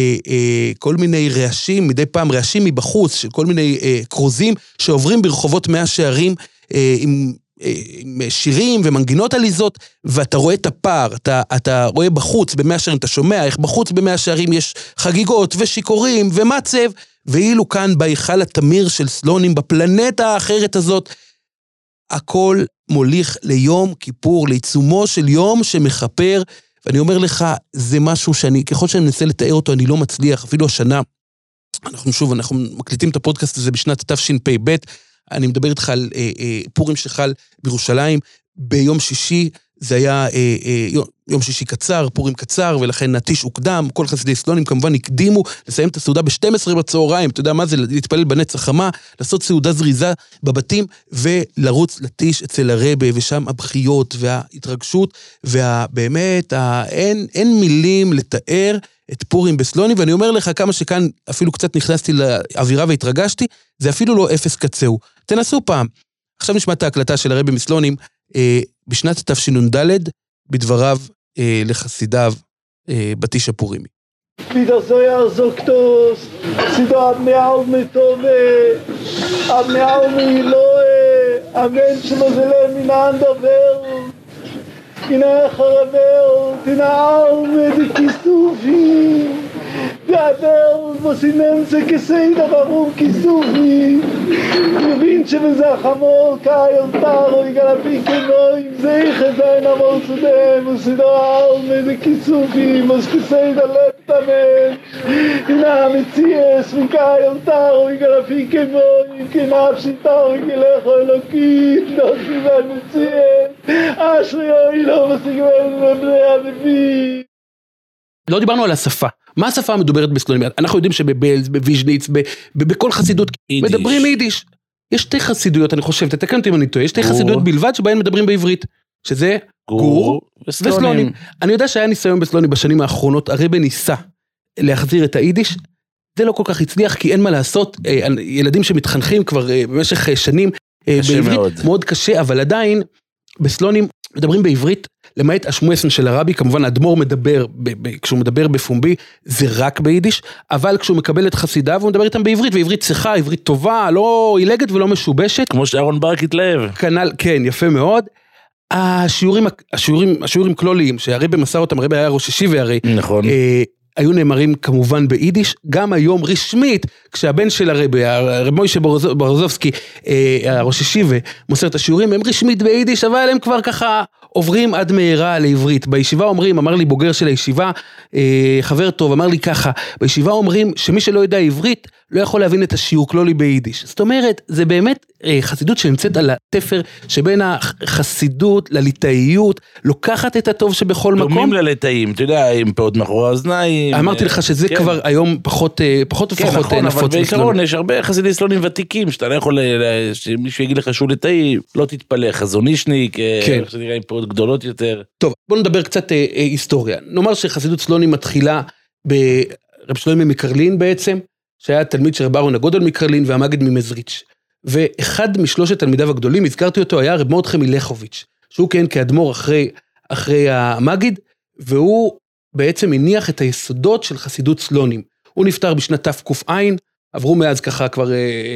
כל מיני רעשים, מדי פעם רעשים מבחוץ של כל מיני קרוזים שעוברים ברחובות מאה שערים עם שירים ומנגינות עליזות, ואתה רואה את הפער, אתה רואה בחוץ במאה שערים, אתה שומע איך בחוץ במאה שערים יש חגיגות ושיקורים ומצב, ואילו כאן בהיכל התמיר של סלונים, בפלנטה האחרת הזאת, הכל מוליך ליום כיפור, לעיצומו של יום שמחפר, ואני אומר לך, זה משהו ככל שאני מנסה לתאר אותו, אני לא מצליח, אפילו השנה, אנחנו מקליטים את הפודקאסט הזה בשנת תשפ"ב, אני מדבר איתך על פורים שחל בירושלים, ביום שישי, זה היה יום שישי קצר, פורים קצר, ולכן נטיש הוקדם, כל חסידי סלונים כמובן הקדימו, לסיים את הסעודה ב-12 בצהריים, אתה יודע מה זה, להתפלל בנץ החמה, לעשות סעודה זריזה בבתים, ולרוץ לטיש אצל הרבה, ושם הבחיות וההתרגשות, ובאמת, אין מילים לתאר את פורים בסלונים, ואני אומר לך כמה שכאן אפילו קצת נכנסתי לאווירה והתרגשתי, זה אפילו לא אפס קצהו. תנסו פעם. עכשיו נשמע את ההקלטה של הרבי מסלונים, בשנת תשנ"ד, בדבריו לחסידיו בתיש הפורימי. Wieder so ja so ktos, sie da hat mir auch mit Tove, hat mir auch mit Loe, ein Mensch muss leben in einer anderen Welt, in einer anderen Welt, in einer Arme, die Kisufi, der Welt, wo sie nennen sie gesehen, aber warum Kisufi? Ich wünsche mir sehr Hamol, Kai und Taro, ich kann ein bisschen neu im Seiche sein, aber zu dem, wo sie da Arme, die Kisufi, muss gesehen, der lebt der Mensch, in einer Metzies, mit Kai und Taro, ich kann ein bisschen neu, ich kann abschied Taro, ich kann lecho Elokim, das ist ein Metzies, אשרי אוי לא מסגרנו לבני הנביא. לא דיברנו על השפה. מה השפה המדוברת בסלונים? אנחנו יודעים שבבלז, בוויז'ניץ, בכל חסידות מדברים יידיש. יש שתי חסידויות, אני חושב, תתקן אותי אם אני טועה, יש שתי חסידויות בלבד שבהן מדברים בעברית, שזה גור וסלונים. אני יודע שהיה ניסיון בסלונים בשנים האחרונות, הרבי ניסה להחזיר את היידיש, זה לא כל כך הצליח, כי אין מה לעשות, ילדים שמתחנכים כבר במשך שנים בעברית, מאוד קשה, אבל עדיין בסלונים מדברים בעברית, למעט השמואסן של הרבי, כמובן האדמו"ר מדבר, כשהוא מדבר בפומבי, זה רק ביידיש, אבל כשהוא מקבל את חסידיו, הוא מדבר איתם בעברית, ועברית צריכה, עברית טובה, לא עילגת ולא משובשת. כמו שאהרון ברק התלהב. כנ"ל, כן, יפה מאוד. השיעורים כלוליים, שהרבי מסר אותם, הרבי היה ראש השיבה הרי, נכון. היו נאמרים כמובן ביידיש, גם היום רשמית, כשהבן של הרבי מוישה ברוזובסקי, הראש השיבה, מוסר את השיעורים, הם רשמית ביידיש, אבל הם כבר ככה עוברים עד מהירה לעברית. בישיבה אומרים, אמר לי בוגר של הישיבה, חבר טוב, אמר לי ככה, בישיבה אומרים שמי שלא יודע עברית, לא יכול להבין את השיעור כלולי ביידיש. זאת אומרת, זה באמת חסידות שנמצאת על התפר שבין החסידות לליטאיות, לוקחת את הטוב שבכל מקום. דומים לליטאים, אתה יודע, עם פאות מאחורי האוזניים. אמרתי לך שזה כבר היום פחות ופחות נפוץ. אבל בעיקרון יש הרבה חסידי סלונים ותיקים, שאתה לא יכול, שמישהו יגיד לך שהוא ליטאי, לא תתפלא, חזונישניק, שנראה עם פאות גדולות יותר. טוב, בוא נדבר קצת היסטוריה. נאמר שחסידות סלונים מתחילה ברב שלמה מקרלין בעצם, שהיה תלמיד של רב אהרון הגודל מקרלין והמגיד ממזריץ'. ואחד משלושת תלמידיו הגדולים, הזכרתי אותו, היה רב מרדכי מלכוביץ', שהוא כן כאדמו"ר אחרי המגיד, והוא בעצם הניח את היסודות של חסידות סלונים. הוא נפטר בשנת תק"ע, עברו מאז ככה כבר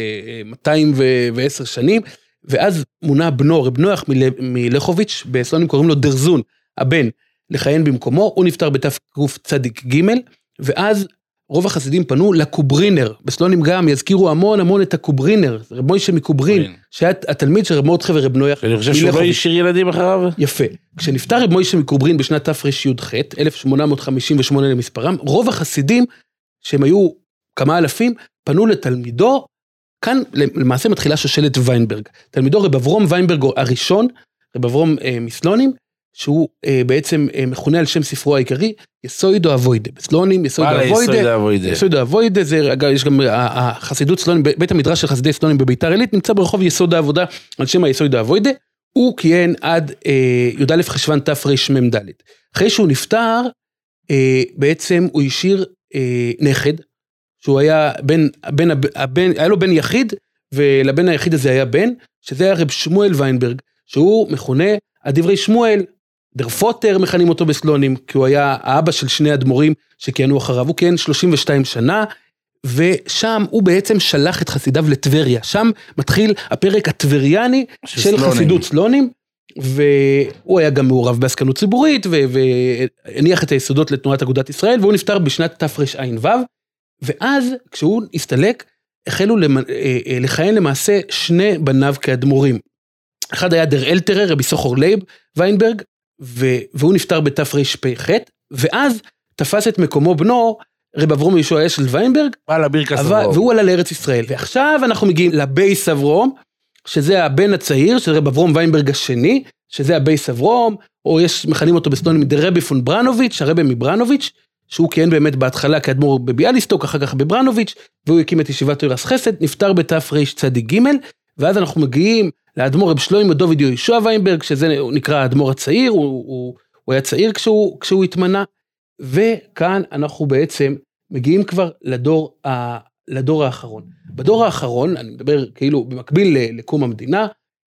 210 שנים, ואז מונה בנו, רב נוח מלכוביץ', בסלונים קוראים לו דרזון, הבן, לכהן במקומו, הוא נפטר בתקצ"ג, ואז רוב החסידים פנו לקוברינר, בסלונים גם יזכירו המון את הקוברינר, רב מוישה מקוברין, שהיה התלמיד של רב מרדכי ורב נוח. אני חושב שהוא לא השאיר ילדים אחריו? יפה. כשנפטר רב מוישה מקוברין בשנת תרי"ח, 1858 למספרם, רוב החסידים, שהם היו כמה אלפים, פנו לתלמידו, כאן למעשה מתחילה שושלת ויינברג. תלמידו רב אברום ויינברג הראשון, רב אברום מסלונים, שהוא בעצם מכונה על שם ספרו העיקרי, יסוידו אבוידה. בסלונים, יסוידו אבוידה, זה, יש גם החסידות סלונים, בית המדרש של חסידי סלונים בביתר עילית, נמצא ברחוב יסוד העבודה, על שם היסוידו אבוידה, הוא כיהן עד י"א חשוון תרמ"ד. אחרי שהוא נפטר, בעצם הוא השאיר נכד, שהוא היה היה לו בן יחיד, ולבן היחיד הזה היה בן, שזה היה רב שמואל ויינברג, שהוא מכונה הדברי שמואל, דרפוטר מכנים אותו בסלונים, כי הוא היה האבא של שני אדמו"רים שכיהנו אחריו, הוא כיהן 32 שנה, ושם הוא בעצם שלח את חסידיו לטבריה, שם מתחיל הפרק הטבריאני של חסידות סלונים, והוא היה גם מעורב בעסקנות ציבורית, והניח את היסודות לתנועת אגודת ישראל, והוא נפטר בשנת תרע"ו, ואז כשהוא הסתלק, החלו לכהן למעשה שני בניו כאדמו"רים. אחד היה דר אלתרר, רבי סוחר לייב ויינברג, והוא נפטר בתרפ"ח, ואז תפס את מקומו בנו, רב אברום יהושע אשל ויינברג, והוא עלה לארץ ישראל. ועכשיו אנחנו מגיעים לבייס אברום, שזה הבן הצעיר של רב אברום ויינברג השני, שזה הבייס אברום, או יש מכנים אותו בסלונים דרבי פון ברנוביץ', הרבי מברנוביץ', שהוא כיהן באמת בהתחלה כאדמו"ר בביאליסטוק, אחר כך בברנוביץ', והוא הקים את ישיבת תוירס חסד, נפטר בתרצ"ג, ואז אנחנו מגיעים לאדמו"ר רב שלמה דוד יהושע ויינברג, שזה נקרא האדמו"ר הצעיר, הוא היה צעיר כשהוא התמנה, וכאן אנחנו בעצם מגיעים כבר לדור האחרון. בדור האחרון, אני מדבר כאילו במקביל לקום המדינה,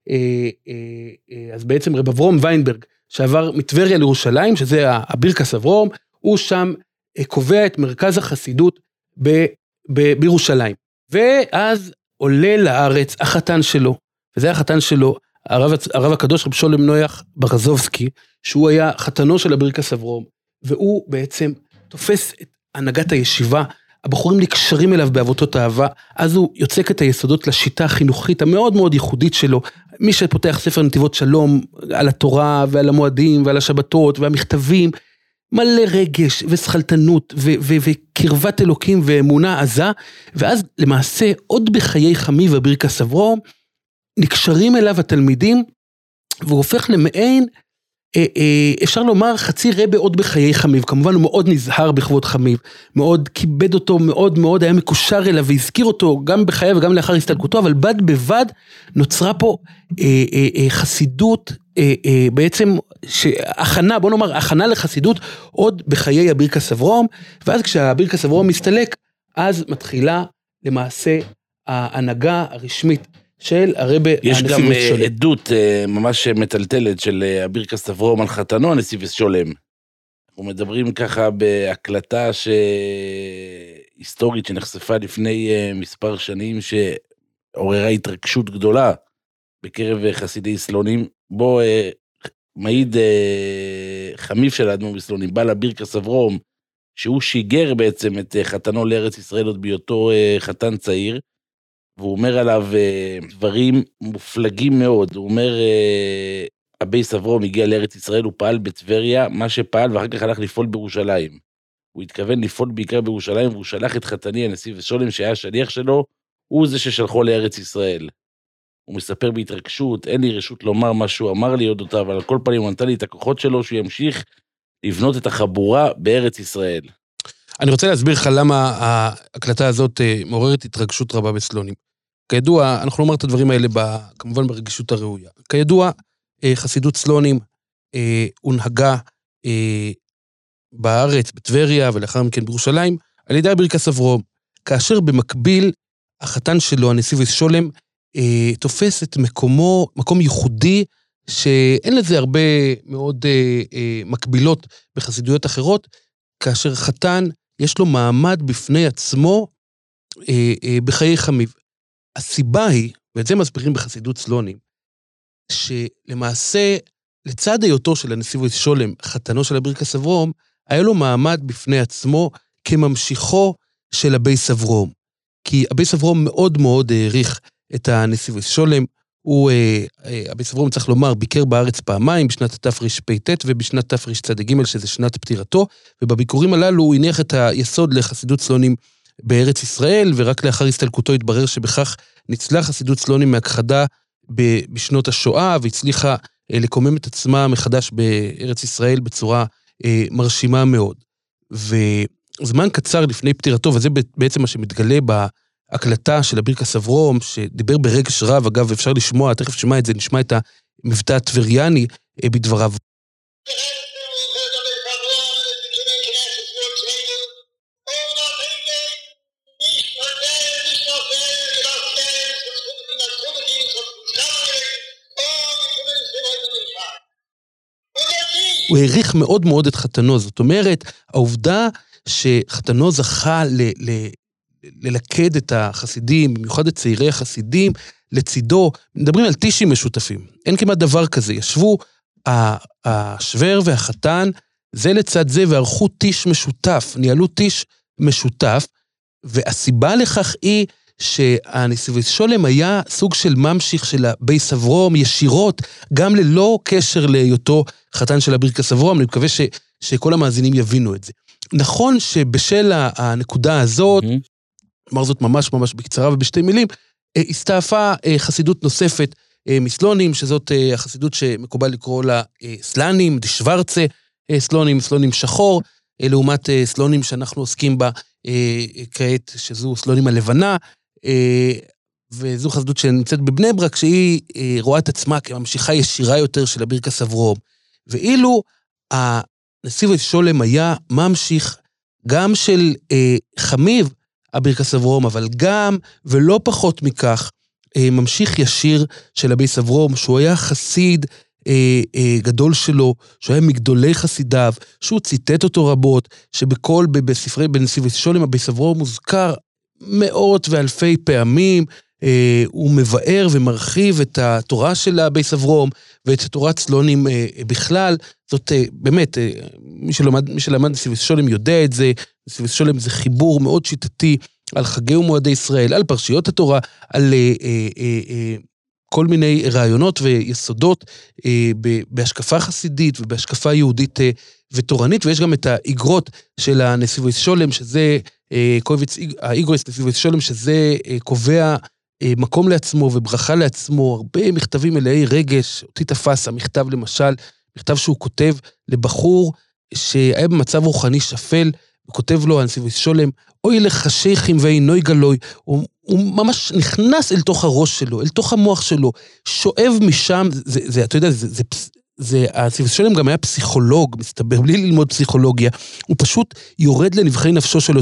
אז בעצם רב אברום ויינברג, שעבר מטבריה לירושלים, שזה הבירקס אברום, הוא שם קובע את מרכז החסידות בירושלים. ואז עולה לארץ החתן שלו, וזה החתן שלו, הרב הקדוש רב שולם נויח ברזובסקי, שהוא היה חתנו של הבירקס אברום, והוא בעצם תופס את הנהגת הישיבה, הבחורים נקשרים אליו בעבותות אהבה, אז הוא יוצק את היסודות לשיטה החינוכית המאוד מאוד ייחודית שלו, מי שפותח ספר נתיבות שלום, על התורה ועל המועדים ועל השבתות והמכתבים, מלא רגש ושכלתנות וקרבת אלוקים ואמונה עזה, ואז למעשה עוד בחיי חמיב הבירקס אברום, נקשרים אליו התלמידים, והוא הופך למעין, אפשר לומר חצי רבה עוד בחיי חמיב, כמובן הוא מאוד נזהר בכבוד חמיב, מאוד כיבד אותו, מאוד מאוד היה מקושר אליו, והזכיר אותו גם בחייו וגם לאחר הסתלקותו, אבל בד בבד נוצרה פה חסידות, בעצם הכנה, בוא נאמר, הכנה לחסידות עוד בחיי הבירקס אברום, ואז כשהבירקס אברום מסתלק, אז מתחילה למעשה ההנהגה הרשמית של הרבי יש גם עדות ממש מטלטלת של הבירקס אברום על חתנו הנשיא ושולם. אנחנו מדברים ככה בהקלטה היסטורית שנחשפה לפני מספר שנים, שעוררה התרגשות גדולה בקרב חסידי סלונים, בו מעיד חמיב של האדמו"ר מסלונים, בא לבירקס אברום, שהוא שיגר בעצם את חתנו לארץ ישראל עוד בהיותו חתן צעיר, והוא אומר עליו דברים מופלגים מאוד. הוא אומר, הבייס אברום הגיע לארץ ישראל, הוא פעל בטבריה, מה שפעל, ואחר כך הלך לפעול בירושלים. הוא התכוון לפעול בעיקר בירושלים, והוא שלח את חתני הנשיא ושולם, שהיה השליח שלו, הוא זה ששלחו לארץ ישראל. הוא מספר בהתרגשות, אין לי רשות לומר מה שהוא אמר לי אודותיו, אבל על כל פנים הוא נתן לי את הכוחות שלו, שהוא ימשיך לבנות את החבורה בארץ ישראל. אני רוצה להסביר לך למה ההקלטה הזאת מעוררת התרגשות רבה בסלונים. כידוע, אנחנו נאמר את הדברים האלה כמובן ברגישות הראויה. כידוע, חסידות סלונים הונהגה בארץ, בטבריה ולאחר מכן בירושלים, על ידי הבירקס אברום, כאשר במקביל החתן שלו, הנשיא ושולם, תופס את מקומו, מקום ייחודי, שאין לזה הרבה מאוד מקבילות בחסידויות אחרות, כאשר חתן יש לו מעמד בפני עצמו בחיי חמיב. הסיבה היא, ואת זה מסבירים בחסידות סלונים, שלמעשה לצד היותו של הנשיא ושולם, חתנו של הבירקס אברום, היה לו מעמד בפני עצמו כממשיכו של הבייס אברום. כי הבייס אברום מאוד מאוד העריך את הנשיא ושולם, הבייס אברום צריך לומר, ביקר בארץ פעמיים, בשנת תרפ"ט ובשנת תרצ"ג, שזה שנת פטירתו, ובביקורים הללו הוא הניח את היסוד לחסידות סלונים בארץ ישראל, ורק לאחר הסתלקותו התברר שבכך ניצלה חסידות סלונים מהכחדה בשנות השואה, והצליחה לקומם את עצמה מחדש בארץ ישראל בצורה מרשימה מאוד. וזמן קצר לפני פטירתו, וזה בעצם מה שמתגלה בהקלטה של הבירקס אברום, שדיבר ברגש רב, אגב אפשר לשמוע, תכף נשמע את זה, נשמע את המבטא הטבריאני בדבריו. הוא העריך מאוד מאוד את חתנו, זאת אומרת, העובדה שחתנו זכה ללכד את החסידים, במיוחד את צעירי החסידים, לצידו, מדברים על טישים משותפים, אין כמעט דבר כזה, ישבו השוור והחתן, זה לצד זה, וערכו טיש משותף, ניהלו טיש משותף, והסיבה לכך היא שהנסיבויס שולם היה סוג של ממשיך של הבייס אברום ישירות, גם ללא קשר להיותו חתן של הברכס אברום, אני מקווה שכל המאזינים יבינו את זה. נכון שבשל הנקודה הזאת, אמר זאת ממש ממש בקצרה ובשתי מילים, הסתעפה חסידות נוספת מסלונים, שזאת החסידות שמקובל לקרוא לה סלנים, דשוורצה סלונים, סלונים שחור, לעומת סלונים שאנחנו עוסקים בה כעת, שזו סלונים הלבנה, וזו חסידות שנמצאת בבני ברק, שהיא רואה את עצמה כממשיכה ישירה יותר של הברכס אברום. ואילו הנסיבויס שולם היה ממשיך גם של חמיב הברכס אברום, אבל גם, ולא פחות מכך, ממשיך ישיר של הבייס אברום, שהוא היה חסיד גדול שלו, שהוא היה מגדולי חסידיו, שהוא ציטט אותו רבות, שבכל, בספרי בנסיבויס שולם, הבייס אברום מוזכר מאות ואלפי פעמים, הוא מבאר ומרחיב את התורה של הבייס אברום, ואת תורת סלונים בכלל, זאת באמת, מי שלמד נסיבויס שולם יודע את זה, נסיבויס שולם זה חיבור מאוד שיטתי, על חגי ומועדי ישראל, על פרשיות התורה, על כל מיני רעיונות ויסודות בהשקפה חסידית ובהשקפה יהודית ותורנית, ויש גם את האיגרות של הנסיבויס שולם, שזה האיגרוס נסיבויס שולם, שזה קובע מקום לעצמו וברכה לעצמו, הרבה מכתבים מלאי רגש, אותי תפס המכתב למשל, מכתב שהוא כותב לבחור שהיה במצב רוחני שפל, וכותב לו הנסיבויס שולם, אוי לך שייכים ואינוי גלוי, הוא ממש נכנס אל תוך הראש שלו, אל תוך המוח שלו, שואב משם, אתה יודע, הנסיבויס שולם גם היה פסיכולוג, מסתבר, בלי ללמוד פסיכולוגיה, הוא פשוט יורד לנבחי נפשו של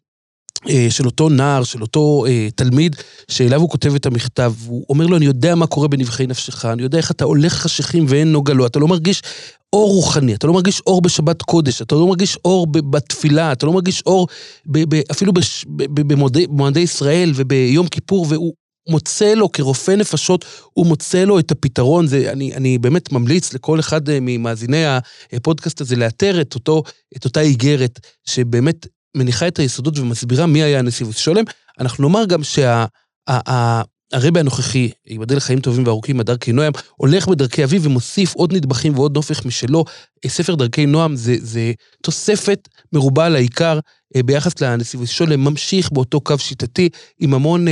אותו נער, של אותו תלמיד, שאליו הוא כותב את המכתב, הוא אומר לו, אני יודע מה קורה בנבחי נפשך, אני יודע איך אתה הולך חשיכים ואין נוגלו, אתה לא מרגיש אור רוחני, אתה לא מרגיש אור בשבת קודש, אתה לא מרגיש אור בתפילה, אתה לא מרגיש אור אפילו במועדי ישראל וביום כיפור, והוא מוצא לו כרופא נפשות, הוא מוצא לו את הפתרון, אני באמת ממליץ לכל אחד ממאזיני הפודקאסט הזה, לאתר את אותה איגרת, שבאמת מניחה את היסודות ומסבירה מי היה הנסיבויס שולם. אנחנו נאמר גם הרבי הנוכחי, ייבדל לחיים טובים וארוכים, דרכי נועם, הולך בדרכי אביו ומוסיף עוד נדבכים ועוד נופך משלו. ספר דרכי נועם זה תוספת מרובה על העיקר ביחס לנסיבויס שולם, ממשיך באותו קו שיטתי עם המון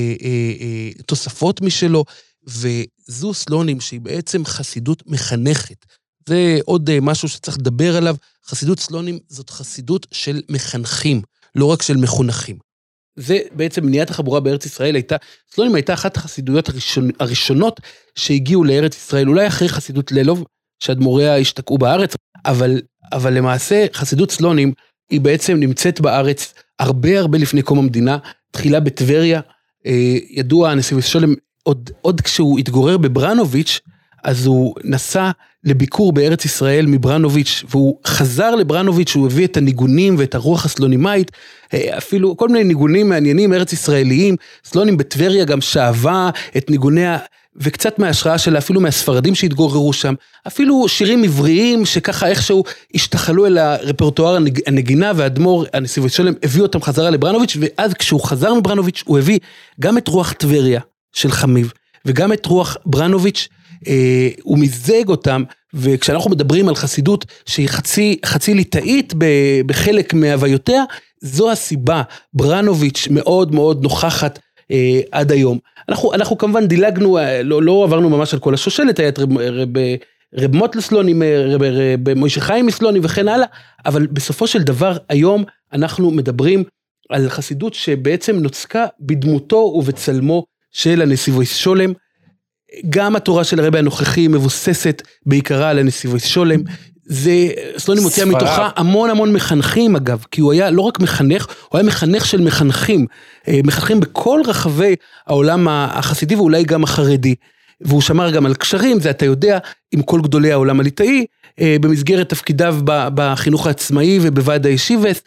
תוספות משלו, וזו סלונים שהיא בעצם חסידות מחנכת. זה עוד משהו שצריך לדבר עליו. חסידות סלונים זאת חסידות של מחנכים, לא רק של מחונכים. זה בעצם בניית החבורה בארץ ישראל סלונים הייתה אחת החסידויות הראשונות שהגיעו לארץ ישראל, אולי אחרי חסידות לילוב, שאדמו"ריה השתקעו בארץ, אבל למעשה חסידות סלונים היא בעצם נמצאת בארץ הרבה הרבה לפני קום המדינה, תחילה בטבריה, ידוע הנסיבויס שולם, עוד כשהוא התגורר בברנוביץ', אז הוא נסע לביקור בארץ ישראל מברנוביץ', והוא חזר לברנוביץ', הוא הביא את הניגונים ואת הרוח הסלונימאית, אפילו כל מיני ניגונים מעניינים ארץ ישראליים, סלונים בטבריה גם שאבה את ניגוניה, וקצת מההשראה שלה, אפילו מהספרדים שהתגוררו שם, אפילו שירים עבריים שככה איכשהו השתחלו אל הרפרטואר הנגינה, והאדמו"ר הנסיבויס שולם הביא אותם חזרה לברנוביץ', ואז כשהוא חזר מברנוביץ', הוא הביא גם את רוח טבריה של חמיב, וגם את רוח ברנוביץ', הוא מזג אותם, וכשאנחנו מדברים על חסידות שהיא חצי ליטאית בחלק מהוויותיה, זו הסיבה, ברנוביץ' מאוד מאוד נוכחת עד היום. אנחנו כמובן דילגנו, לא עברנו ממש על כל השושלת, היה את רב מוטל סלוני, רב מוישה חיים מסלוני וכן הלאה, אבל בסופו של דבר היום אנחנו מדברים על חסידות שבעצם נוצקה בדמותו ובצלמו של הנסיבויס שולם, גם התורה של הרבי הנוכחי מבוססת בעיקרה על הנסיבויס שולם, זה סלונים מוציאה מתוכה המון המון מחנכים אגב, כי הוא היה לא רק מחנך, הוא היה מחנך של מחנכים, מחנכים בכל רחבי העולם החסידי ואולי גם החרדי, והוא שמר גם על קשרים, זה אתה יודע, עם כל גדולי העולם הליטאי, במסגרת תפקידיו בחינוך העצמאי ובוועד הישיבס,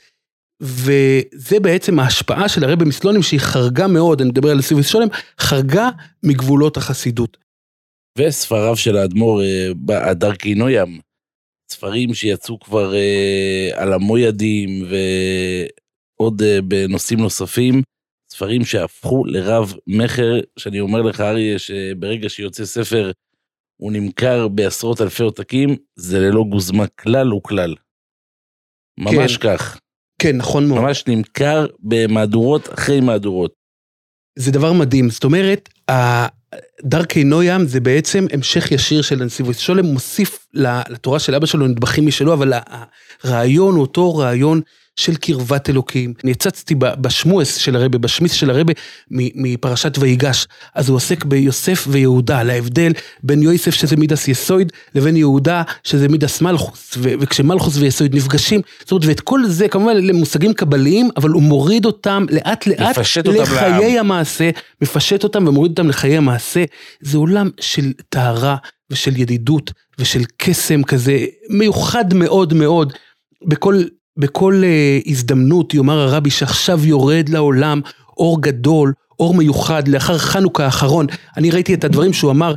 וזה בעצם ההשפעה של הרבי מסלונים, שהיא חרגה מאוד, אני מדבר על נסיבוס שולם, חרגה מגבולות החסידות. וספריו של האדמו"ר, דרכי נוים, ספרים שיצאו כבר על המוידים, ועוד בנושאים נוספים, ספרים שהפכו לרב מחר, שאני אומר לך אריה, שברגע שיוצא ספר, הוא נמכר בעשרות אלפי עותקים, זה ללא גוזמה כלל וכלל. ממש כן. כך. כן, נכון מאוד. ממש נמכר במהדורות אחרי מהדורות. זה דבר מדהים, זאת אומרת, דרכי נוים זה בעצם המשך ישיר של הנסיבוס שולם, מוסיף לתורה של אבא שלו נדבכים משלו, אבל הרעיון הוא אותו רעיון של קרבת אלוקים. אני הצצתי בשמואס של הרבי, בשמיס של הרבי, מפרשת ויגש, אז הוא עוסק ביוסף ויהודה, על ההבדל בין יוסף שזה מידס יסויד, לבין יהודה שזה מידס מלכוס, וכשמלכוס ויסויד נפגשים, זאת אומרת, ואת כל זה כמובן למושגים קבליים, אבל הוא מוריד אותם לאט לאט לחיי המעשה, מפשט אותם ומוריד אותם לחיי המעשה, זה עולם של טהרה ושל ידידות ושל קסם כזה, מיוחד מאוד מאוד, בכל הזדמנות יאמר הרבי שעכשיו יורד לעולם אור גדול, אור מיוחד, לאחר חנוכה האחרון, אני ראיתי את הדברים שהוא אמר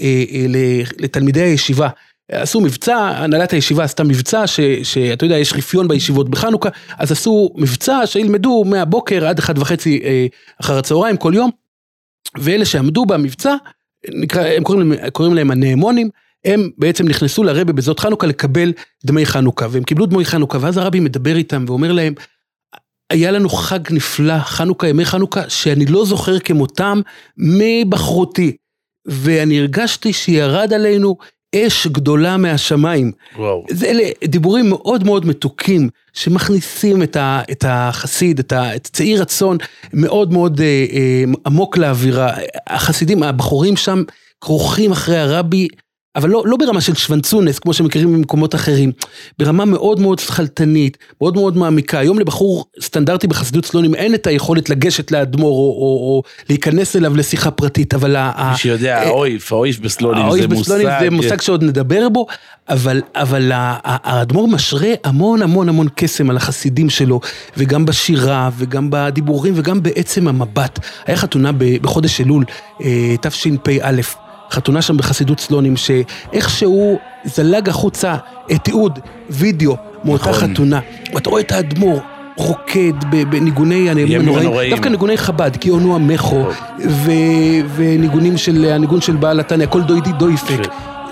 לתלמידי הישיבה, עשו מבצע, הנהלת הישיבה עשתה מבצע, שאתה יודע, יש רפיון בישיבות בחנוכה, אז עשו מבצע שילמדו מהבוקר עד 1:30 אחר הצהריים כל יום, ואלה שעמדו במבצע, הם קוראים להם הנאמונים, הם בעצם נכנסו לרבי בזאת חנוכה לקבל דמי חנוכה, והם קיבלו דמי חנוכה, ואז הרבי מדבר איתם ואומר להם, היה לנו חג נפלא, חנוכה, ימי חנוכה, שאני לא זוכר כמותם מבחרותי, ואני הרגשתי שירד עלינו אש גדולה מהשמיים. וואו. זה אלה דיבורים מאוד מאוד מתוקים, שמכניסים את החסיד, את צעיר רצון, מאוד מאוד עמוק לאווירה. החסידים, הבחורים שם, כרוכים אחרי הרבי, אבל לא ברמה של שוונצונס, כמו שמכירים במקומות אחרים, ברמה מאוד מאוד שחלטנית, מאוד מאוד מעמיקה. היום לבחור סטנדרטי בחסידות סלונים, אין את היכולת לגשת לאדמו"ר, או להיכנס אליו לשיחה פרטית, אבל מי שיודע, האויף בסלונים, זה מושג שעוד נדבר בו, אבל האדמו"ר משרה המון המון המון קסם על החסידים שלו, וגם בשירה, וגם בדיבורים, וגם בעצם המבט. היה חתונה בחודש אלול, תשפ"א, חתונה שם בחסידות סלונים, שאיכשהו זלג החוצה תיעוד, וידאו, מאותה חתונה. ואתה רואה את האדמו"ר רוקד בניגוני הנוראים, דווקא ניגוני חב"ד, כי עונו המחו, וניגונים של הניגון של בעל התניא, הכל דוידי דויפק,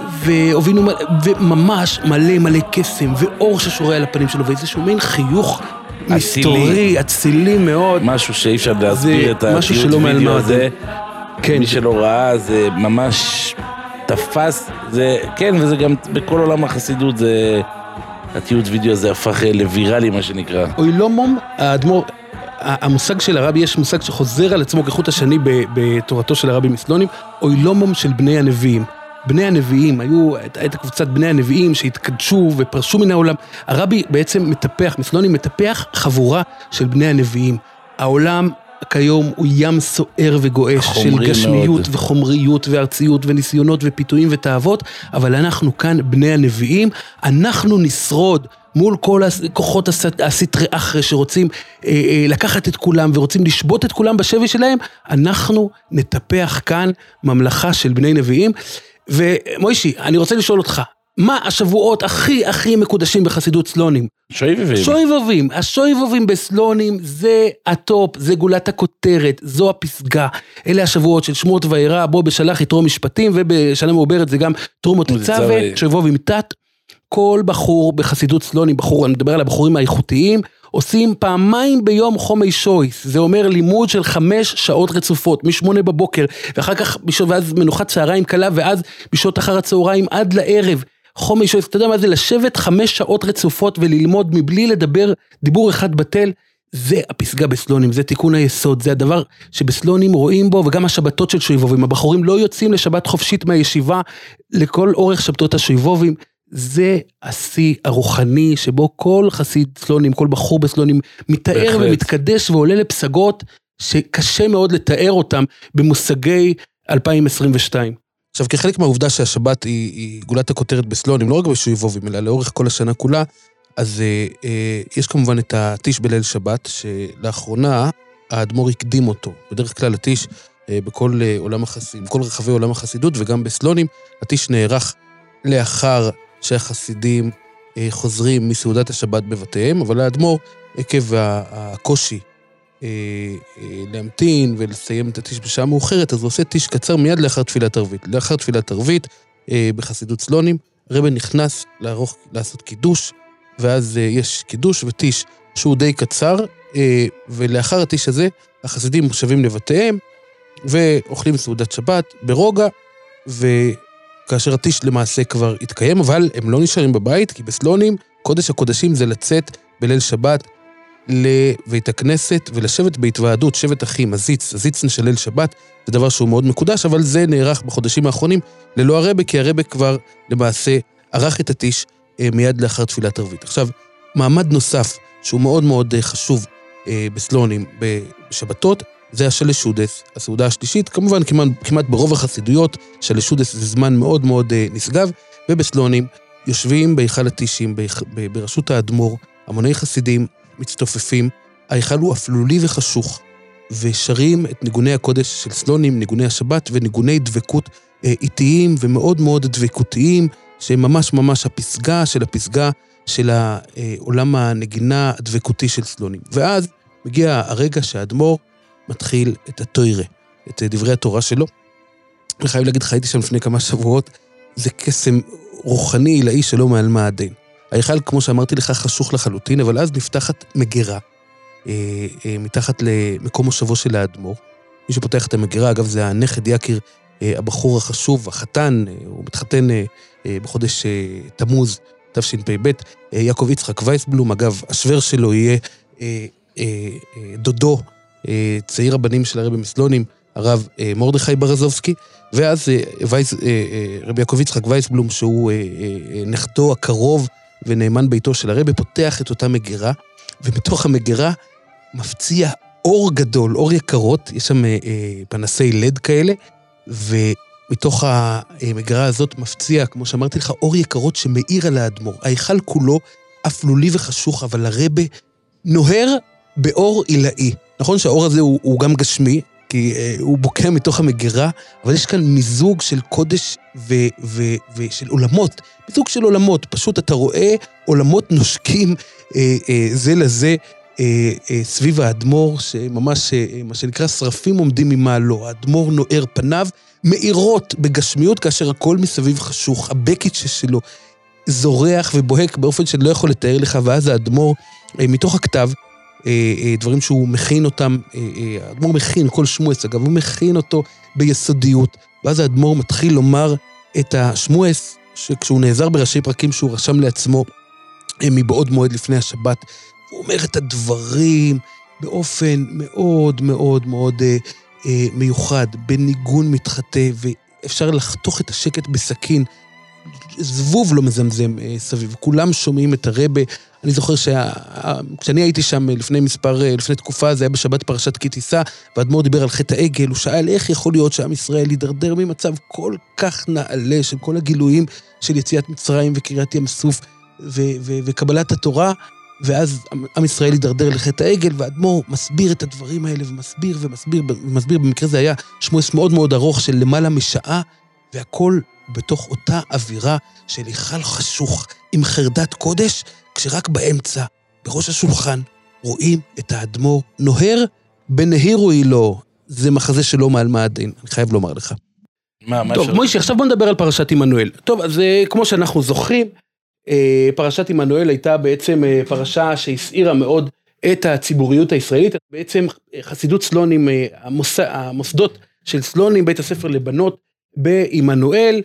וממש מלא קסם, ואור ששורה על הפנים שלו, ואיזשהו מין חיוך מסתורי, אצילי מאוד. משהו שאי אפשר להסביר את התיעוד וידאו הזה. כן. מי שלא ראה, זה ממש תפס, זה, כן, וזה גם בכל עולם החסידות, זה, התיעוד וידאו הזה הפך לוויראלי, מה שנקרא. אוי לא מום, האדמו"ר, המושג של הרבי, יש מושג שחוזר על עצמו כחוט השני בתורתו של הרבי מסלונים, אוי לא מום של בני הנביאים. בני הנביאים, הייתה קבוצת בני הנביאים שהתקדשו ופרשו מן העולם. הרבי בעצם מטפח, מסלונים מטפח חבורה של בני הנביאים. העולם כיום הוא ים סוער וגואש של גשמיות מאוד. וחומריות וארציות וניסיונות ופיתויים ותאוות, אבל אנחנו כאן בני הנביאים, אנחנו נשרוד מול כל כוחות הסתרי אחרי שרוצים לקחת את כולם ורוצים לשבות את כולם בשבי שלהם, אנחנו נטפח כאן ממלכה של בני נביאים. ומוישי, אני רוצה לשאול אותך, מה השבועות הכי מקודשים בחסידות סלונים? שויבובים. השויבובים בסלונים זה הטופ, זה גולת הכותרת, זו הפסגה. אלה השבועות של שמות וירא, בו בשלח יתרו משפטים, ובשנה מעוברת זה גם תרומות צווה, שויבובים תת. כל בחור בחסידות סלונים, אני מדבר על הבחורים האיכותיים, עושים פעמיים ביום חומי שויס, זה אומר לימוד של 5 שעות רצופות, מ8 בבוקר, ואחר כך ואז מנוחת צהריים קלה, ואז בשעות אחר הצהריים עד לערב, חומי שויס, אתה יודע מה זה? לשבת 5 שעות רצופות וללמוד מבלי לדבר דיבור אחד בטל, זה הפסגה בסלונים, זה תיקון היסוד, זה הדבר שבסלונים רואים בו, וגם השבתות של שויבובים, הבחורים לא יוצאים לשבת חופשית מהישיבה, לכל אורך שבתות השויבובים, זה השיא הרוחני, שבו כל חסיד סלונים, כל בחור בסלונים, מתאר ומתקדש ועולה לפסגות, שקשה מאוד לתאר אותם במושגי 2022. עכשיו, כחלק מהעובדה שהשבת היא גולת הכותרת בסלונים, לא רק בשויבובים, אלא לאורך כל השנה כולה, אז יש כמובן את הטיש בליל שבת, שלאחרונה האדמו"ר הקדים אותו. בדרך כלל הטיש בכל רחבי עולם החסידות, וגם בסלונים, הטיש נערך לאחר שהחסידים חוזרים מסעודת השבת בבתיהם, אבל האדמו"ר, עקב הקושי להמתין ולסיים את הטיש בשעה מאוחרת, אז הוא עושה טיש קצר מיד לאחר תפילת ערבית. לאחר תפילת ערבית, בחסידות סלונים, הרב נכנס לעשות קידוש, ואז יש קידוש וטיש שהוא די קצר, ולאחר הטיש הזה, החסידים מושבים לבתיהם, ואוכלים סעודת שבת ברוגע, וכאשר הטיש למעשה כבר התקיים, אבל הם לא נשארים בבית, כי בסלונים, קודש הקודשים זה לצאת בליל שבת לבית הכנסת, ולשבת בהתוועדות, שבט אחים, הזיצן של ליל שבת, זה דבר שהוא מאוד מקודש, אבל זה נערך בחודשים האחרונים ללא הרבה, כי הרבה כבר למעשה ערך את הטיש מיד לאחר תפילת ערבית. עכשיו, מעמד נוסף שהוא מאוד מאוד חשוב בסלונים בשבתות, זה השלשודס, הסעודה השלישית, כמובן כמעט ברוב החסידויות, שלשודס זה זמן מאוד מאוד נשגב, ובסלונים יושבים בהיכל הטישים, ברשות האדמו"ר, המוני חסידים מצטופפים, ההיכל הוא אפלולי וחשוך, ושרים את ניגוני הקודש של סלונים, ניגוני השבת וניגוני דבקות איטיים ומאוד מאוד דבקותיים, שהם ממש ממש הפסגה של העולם הנגינה הדבקותי של סלונים. ואז מגיע הרגע שהאדמו"ר מתחיל את התוירה, את דברי התורה שלו. אני חייב להגיד, חייתי שם לפני כמה שבועות, זה קסם רוחני עילאי שלא מעל מעדן. ההיכל, כמו שאמרתי לך, חשוך לחלוטין, אבל אז נפתחת מגירה, מתחת למקום מושבו של האדמו"ר. מי שפותח את המגירה, אגב, זה הנכד יקיר, הבחור החשוב, החתן, הוא מתחתן בחודש תמוז, תשפ"ב, יעקב יצחק וייסבלום, אגב, השוור שלו יהיה דודו, צעיר הבנים של הרבי מסלונים, הרב מרדכי ברזובסקי, ואז רבי יעקב יצחק וייסבלום, שהוא נכדו הקרוב ונאמן ביתו של הרבי, פותח את אותה מגירה, ומתוך המגירה מפציע אור גדול, אור יקרות, יש שם פנסי לד כאלה, ומתוך המגירה הזאת מפציע, כמו שאמרתי לך, אור יקרות שמאיר על האדמו"ר. ההיכל כולו אפלולי וחשוך, אבל הרבי נוהר באור עילאי. נכון שהאור הזה הוא גם גשמי, כי הוא בוקע מתוך המגירה, אבל יש כאן מיזוג של קודש ושל עולמות, מיזוג של עולמות, פשוט אתה רואה עולמות נושקים זה לזה סביב האדמו"ר, שממש מה שנקרא שרפים עומדים ממעלו, האדמו"ר נוער פניו, מאירות בגשמיות, כאשר הכל מסביב חשוך, הבקית שלו זורח ובוהק באופן שאני לא יכול לתאר לך, ואז האדמו"ר מתוך הכתב, דברים שהוא מכין אותם, האדמו"ר מכין כל שמואס, אגב, הוא מכין אותו ביסודיות, ואז האדמו"ר מתחיל לומר את השמואס, שכשהוא נעזר בראשי פרקים שהוא רשם לעצמו, מבעוד מועד לפני השבת, הוא אומר את הדברים באופן מאוד מאוד מאוד מיוחד, בניגון מתחטא, ואפשר לחתוך את השקט בסכין, זבוב לא מזמזם סביב, כולם שומעים את הרבי. אני זוכר כשאני הייתי שם לפני תקופה, זה היה בשבת פרשת כי תישא, והאדמו"ר דיבר על חטא העגל, הוא שאל איך יכול להיות שעם ישראל יידרדר ממצב כל כך נעלה, של כל הגילויים של יציאת מצרים וקריאת ים סוף וקבלת התורה, ואז עם ישראל יידרדר לחטא העגל, והאדמו"ר מסביר את הדברים האלה, ומסביר, במקרה זה היה שמואס מאוד מאוד ארוך של למעלה משעה, והכל בתוך אותה אווירה של היכל חשוך עם חרדת קודש, כשרק באמצע, בראש השולחן, רואים את האדמו"ר נוהר בנהירו אילו. זה מחזה שלא מעל מעדן, אני חייב לומר לך. טוב, מוישי, עכשיו בוא נדבר על פרשת עמנואל. טוב, אז כמו שאנחנו זוכרים, פרשת עמנואל הייתה בעצם פרשה שהסעירה מאוד את הציבוריות הישראלית, בעצם חסידות סלונים, המוסדות של סלונים, בית הספר לבנות בעמנואל,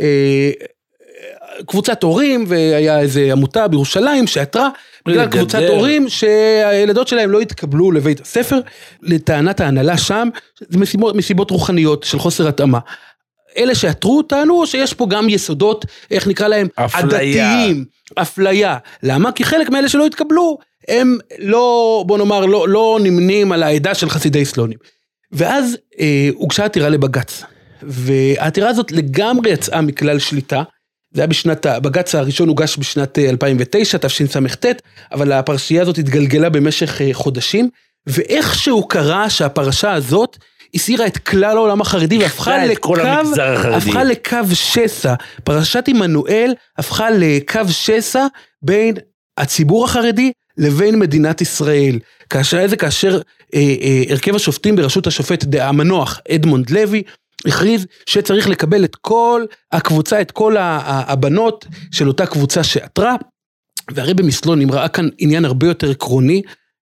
קבוצת הורים, והיה איזו עמותה בירושלים שעתרה, בגלל קבוצת הורים שהילדות שלהם לא התקבלו לבית הספר, לטענת ההנהלה שם, מסיבות רוחניות של חוסר התאמה. אלה שעתרו אותנו, שיש פה גם יסודות, איך נקרא להם? עדתיים, אפליה. למה? כי חלק מאלה שלא התקבלו, הם לא, בוא נאמר, לא נמנים על העדה של חסידי סלונים. ואז הוגשה עתירה לבג"ץ. והעתירה הזאת לגמרי יצאה מכלל שליטה, זה היה הבג"ץ הראשון הוגש בשנת 2009, תשס"ט, אבל הפרשייה הזאת התגלגלה במשך חודשים, ואיכשהו קרה שהפרשה הזאת הסירה את כלל העולם החרדי, והפכה לקו שסע, פרשת עמנואל הפכה לקו שסע בין הציבור החרדי לבין מדינת ישראל, כאשר הרכב השופטים בראשות השופט המנוח אדמונד לוי, הכריז שצריך לקבל את כל הקבוצה, את כל הבנות של אותה קבוצה שעתרה, והרבי מסלונים ראה כאן עניין הרבה יותר עקרוני,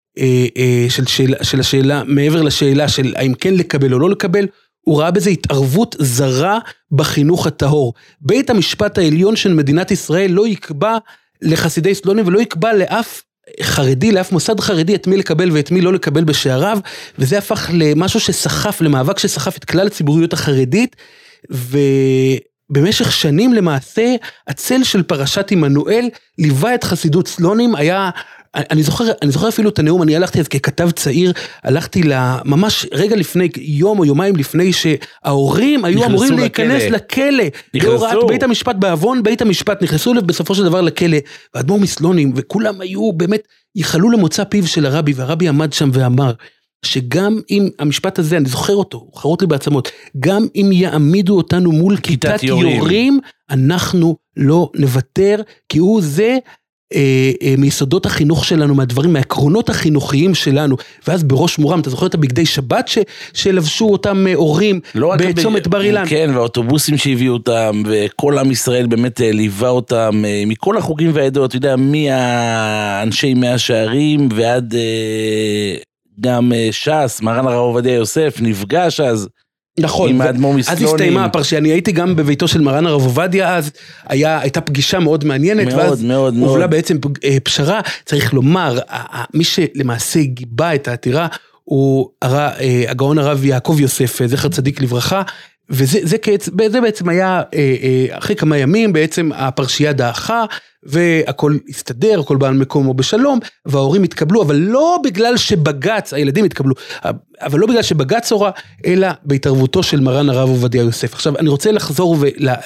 של השאלה, מעבר לשאלה של האם כן לקבל או לא לקבל, הוא ראה בזה התערבות זרה בחינוך הטהור. בית המשפט העליון של מדינת ישראל לא יקבע לחסידי סלונים, ולא יקבע לאף חרדי, לאף מוסד חרדי, את מי לקבל ואת מי לא לקבל בשעריו, וזה הפך למשהו שסחף, למאבק שסחף את כלל הציבוריות החרדית, ובמשך שנים למעשה, הצל של פרשת עמנואל, ליווה את חסידות סלונים, אני זוכר אפילו את הנאום, אני הלכתי אז ככתב צעיר, הלכתי ממש רגע לפני, יום או יומיים לפני שההורים היו אמורים להיכנס לכלא, בהוראת בית המשפט, בעוון בית המשפט, נכנסו בסופו של דבר לכלא, והאדמו"ר מסלונים, וכולם היו באמת, ייחלו למוצא פיו של הרבי, והרבי עמד שם ואמר, שגם אם המשפט הזה, אני זוכר אותו, חרוט לי בעצמות, גם אם יעמידו אותנו מול כיתת יורים, אנחנו לא נוותר, כי הוא זה מיסודות החינוך שלנו, מהדברים, מהעקרונות החינוכיים שלנו, ואז בראש מורם, אתה זוכר את הבגדי שבת שלבשו אותם הורים בצומת בר אילן? כן, והאוטובוסים שהביאו אותם, וכל עם ישראל באמת ליווה אותם, מכל החוגים והעדות, אתה יודע, מהאנשי מאה שערים, ועד גם ש"ס, מרן הרב עובדיה יוסף, נפגש אז, נכון, אז הסתיימה הפרשייה, אני הייתי גם בביתו של מרן הרב עובדיה, אז הייתה פגישה מאוד מעניינת, ואז הובלה בעצם פשרה, צריך לומר, מי שלמעשה גיבה את העתירה, הוא הגאון הרב יעקב יוסף, זכר צדיק לברכה, וזה בעצם היה, אחרי כמה ימים, בעצם הפרשייה דעכה, והכל הסתדר, הכל בא על מקומו בשלום, וההורים התקבלו, אבל לא בגלל שבג"ץ, הילדים התקבלו, אבל לא בגלל שבג"ץ הורה, אלא בהתערבותו של מרן הרב עובדיה יוסף. עכשיו, אני רוצה לחזור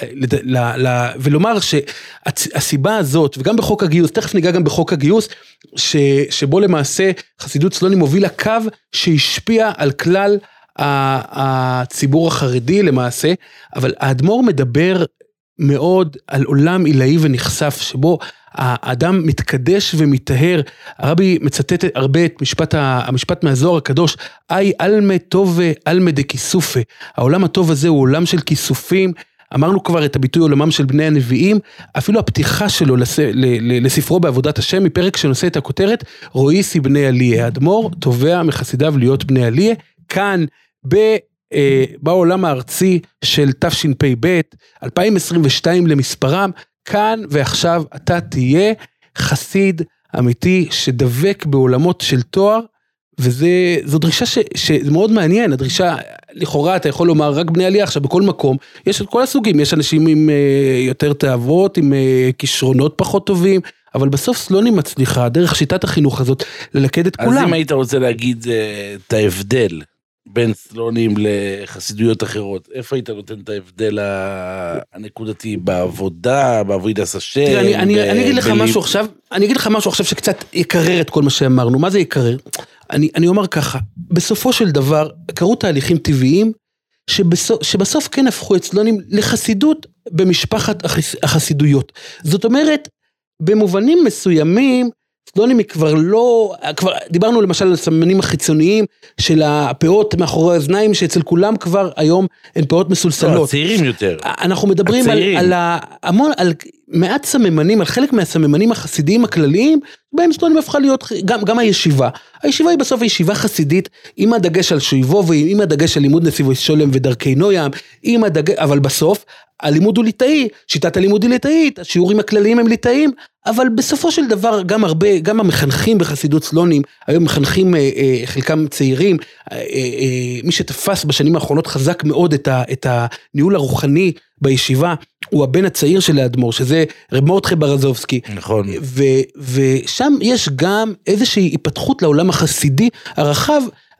ולומר שהסיבה הזאת, וגם בחוק הגיוס, תכף ניגע גם בחוק הגיוס, שבו למעשה חסידות סלונים מובילה קו שהשפיע על כלל הציבור החרדי למעשה, אבל האדמו"ר מדבר מאוד על עולם עילאי ונחשף, שבו האדם מתקדש ומתאר. הרבי מצטט הרבה את המשפט מהזוהר הקדוש, אי אלמה טובה אלמה דכיסופה, העולם הטוב הזה הוא עולם של כיסופים, אמרנו כבר את הביטוי עולמם של בני הנביאים, אפילו הפתיחה שלו לספרו בעבודת השם, מפרק שנושא את הכותרת, רואיסי בני עליה, האדמו"ר תובע מחסידיו להיות בני עליה, כאן בעולם הארצי של תשפ"ב, 2022 למספרם, כאן ועכשיו אתה תהיה חסיד אמיתי שדבק בעולמות של תואר, וזו דרישה שזה מאוד מעניין, הדרישה לכאורה אתה יכול לומר רק בני עלייה, עכשיו בכל מקום, יש את כל הסוגים, יש אנשים עם יותר תאוות, עם כישרונות פחות טובים, אבל בסוף סלונים מצליחה, דרך שיטת החינוך הזאת, ללכד את כולם. אז אם היית רוצה להגיד את ההבדל, בין סלונים לחסידויות אחרות, איפה היית נותן את ההבדל הנקודתי בעבודה, בעבודת השם? אני אגיד לך משהו עכשיו שקצת יקרר את כל מה שאמרנו. מה זה יקרר? אני אומר ככה, בסופו של דבר קרו תהליכים טבעיים שבסוף כן הפכו את סלונים לחסידות במשפחת החסידויות. זאת אומרת, במובנים מסוימים סלונים היא כבר לא, דיברנו למשל על הסממנים החיצוניים של הפאות מאחורי האזניים, שאצל כולם כבר היום הן פאות מסולסלות. לא, הצעירים יותר. אנחנו מדברים על מעט סממנים, על חלק מהסממנים החסידיים הכלליים, בהם סלונים הפכה להיות גם הישיבה. הישיבה היא בסוף הישיבה חסידית, עם הדגש על שויבו, ועם הדגש על לימוד נסיבו שולם ודרכי נוים, אבל בסוף הלימוד הוא ליטאי, שיטת הלימוד היא ליטאית, השיעורים הכלליים הם ליטאיים, אבל בסופו של דבר גם המחנכים בחסידות סלונים, היום מחנכים חלקם צעירים, מי שתפס בשנים האחרונות חזק מאוד את הניהול הרוחני בישיבה, הוא הבן הצעיר של האדמו"ר, שזה רב מרדכי ברזובסקי. נכון. ושם יש גם איזושהי היפתחות לעולם החסידי הרחב,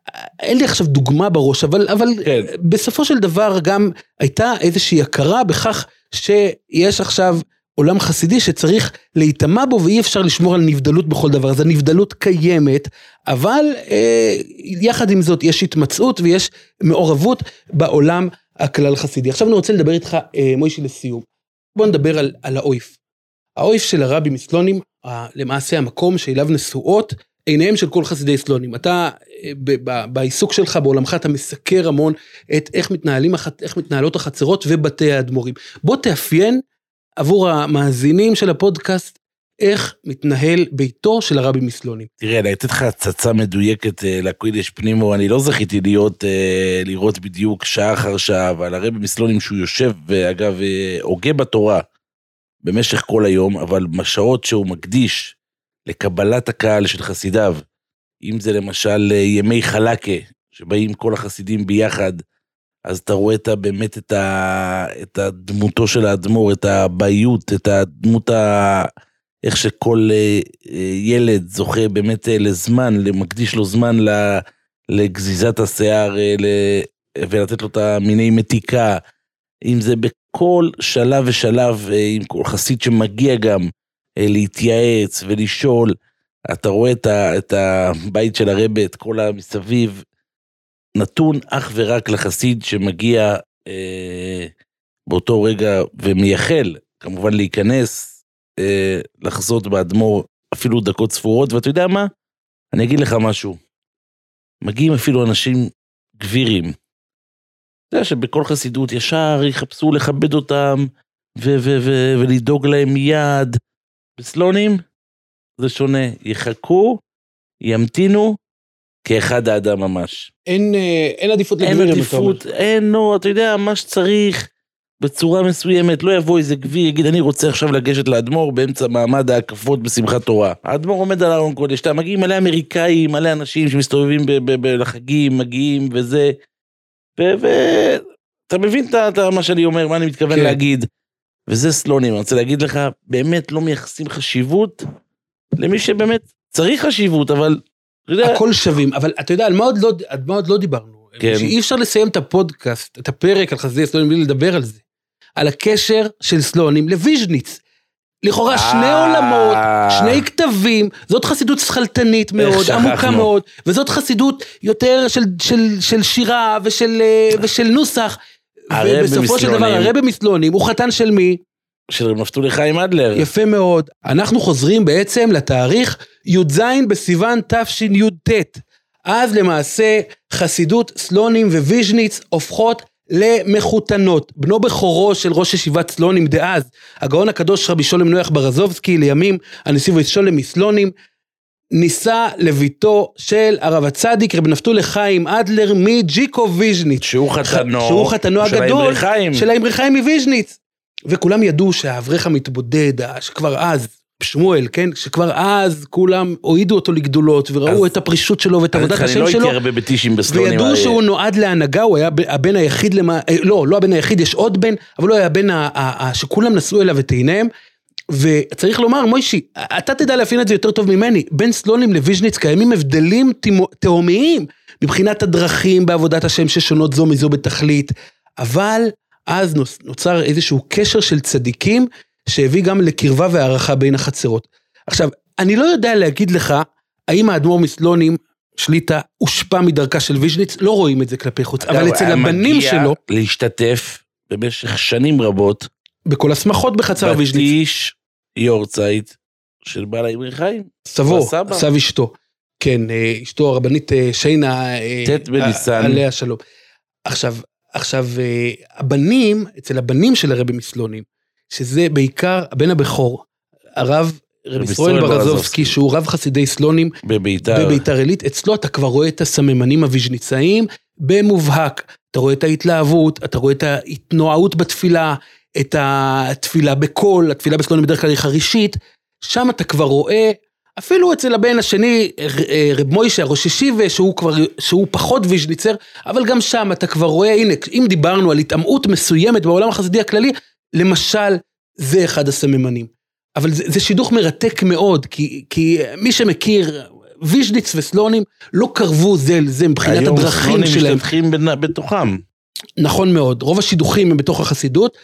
אין לי עכשיו דוגמה בראש, אבל כן. בסופו של דבר גם הייתה איזושהי הכרה בכך שיש עכשיו עולם חסידי שצריך להיטמע בו, ואי אפשר לשמור על נבדלות בכל דבר. אז הנבדלות קיימת, אבל יחד עם זאת יש התמצאות ויש מעורבות בעולם הכלל חסידי. עכשיו אני רוצה לדבר איתך, מוישי, לסיום. בוא נדבר על האויף. האויף של הרבי מסלונים, למעשה המקום שאליו נשואות עיניהם של כל חסידי סלונים. אתה בעיסוק שלך בעולמך אתה מסקר המון את איך מתנהלות החצרות ובתי האדמו"רים. בוא תאפיין עבור המאזינים של הפודקאסט איך מתנהל ביתו של הרבי מסלונים. תראה, אני אתן לך הצצה מדויקת לקוידש פנימו, אני לא זכיתי לראות בדיוק שעה אחר שעה, אבל הרבי מסלונים שהוא יושב, ואגב, הוגה בתורה במשך כל היום, אבל בשעות שהוא מקדיש לקבלת הקהל של חסידיו, אם זה למשל ימי חלקה, שבאים כל החסידים ביחד, אז אתה רואה באמת את הדמותו של האדמו"ר, את הבעיות, את הדמות, איך שכל ילד זוכה באמת לזמן, מקדיש לו זמן לגזיזת השיער, ולתת לו את המיני מתיקה, אם זה בכל שלב ושלב, עם כל חסיד שמגיע גם להתייעץ ולשאול, אתה רואה את הבית של הרבי, את כל המסביב, נתון אך ורק לחסיד שמגיע באותו רגע ומייחל, כמובן להיכנס, לחזות באדמו"ר אפילו דקות ספורות, ואתה יודע מה? אני אגיד לך משהו, מגיעים אפילו אנשים גבירים, אתה יודע שבכל חסידות ישר יחפשו לכבד אותם, ולדאוג להם מיד, בסלונים זה שונה, יחכו, ימתינו, כאחד האדם ממש. אין עדיפות לגבירים. אין עדיפות, אתה יודע, מה שצריך, בצורה מסוימת, לא יבוא איזה גביר, יגיד, אני רוצה עכשיו לגשת לאדמו"ר, באמצע מעמד ההקפות בשמחת תורה. האדמו"ר עומד על ארון קודש, אתה מגיעים מלא אמריקאים, מלא אנשים שמסתובבים לחגים, מגיעים וזה, ואתה מבין מה שאני אומר, מה אני מתכוון להגיד, וזה סלונים, אני רוצה להגיד לך, באמת לא מייחסים חשיבות, למי שבאמת צריך חשיבות, אבל הכל שווים, אבל אתה יודע, על מה עוד לא דיברנו? שאי אפשר לסיים את הפודקאסט, את הפרק על חסידי סלונים, בלי לדבר על זה. על הקשר של סלונים לוויז'ניץ. לכאורה שני עולמות, שני כתבים, זאת חסידות שכלתנית מאוד, עמוקה מאוד, וזאת חסידות יותר של שירה ושל נוסח, ובסופו של דבר הרבי מסלונים הוא חתן של מי? של נפתולי חיים אדלר. יפה מאוד. אנחנו חוזרים בעצם לתאריך י"ז בסיוון תשי"ט. אז למעשה חסידות סלונים וויז'ניץ הופכות למחותנות. בנו בכורו של ראש ישיבת סלונים דאז, הגאון הקדוש רבי שולם נויח ברזובסקי, לימים הנשיא ושולם מסלונים, ניסה לביתו של הרב הצדיק רבי נפתולי חיים אדלר מג'יקו ויז'ניץ. שהוא חתנו הגדול של האמרי חיים מוויז'ניץ. וכולם ידעו שהאברך המתבודד, שכבר אז, שמואל, כן? שכבר אז כולם הועידו אותו לגדולות, וראו את הפרישות שלו ואת עבודת השם שלו, וידעו שהוא נועד להנהגה, הוא היה הבן היחיד, לא הבן היחיד, יש עוד בן, אבל הוא היה הבן שכולם נשאו אליו את עיניהם, וצריך לומר, מוישי, אתה תדע להפין את זה יותר טוב ממני, בין סלונים לוויז'ניץ קיימים הבדלים תהומיים, מבחינת הדרכים בעבודת השם ששונות זו מזו בתכלית, אבל אז נוצר איזשהו קשר של צדיקים, שהביא גם לקרבה והערכה בין החצרות. עכשיו, אני לא יודע להגיד לך, האם האדמו"ר מסלונים שליטה הושפע מדרכה של ויז'ניץ, לא רואים את זה כלפי חוץ, אבל אצל הבנים שלו, להשתתף במשך שנים רבות, בכל הסמכות בחצר ויז'ניץ. בתיש יורצייט של בעל האמרי חיים. סבו, סב אשתו. כן, אשתו הרבנית שיינה, תת בניסן. עליה שלום. עכשיו, הבנים, אצל הבנים של הרבי מסלונים, שזה בעיקר הבן הבכור, הרב רבי ישראל ברזובסקי, שהוא רב חסידי סלונים בביתר עילית, אצלו אתה כבר רואה את הסממנים הוויז'ניצאיים במובהק, אתה רואה את ההתלהבות, אתה רואה את ההתנועות בתפילה, את התפילה בקול, התפילה בסלונים בדרך כלל היא חרישית, שם אתה כבר רואה, אפילו אצל הבן השני, רב מוישה, ראש ישיבה, שהוא פחות ויז'ניצר, אבל גם שם אתה כבר רואה, הנה, אם דיברנו על התאמעות מסוימת בעולם החסידי הכללי, למשל, זה אחד הסממנים. אבל זה שידוך מרתק מאוד, כי מי שמכיר, ויז'ניץ וסלונים לא קרבו זה לזה מבחינת הדרכים שלהם. היום סלונים משתתחים בתוכם. נכון מאוד, רוב השידוכים הם בתוך החסידות,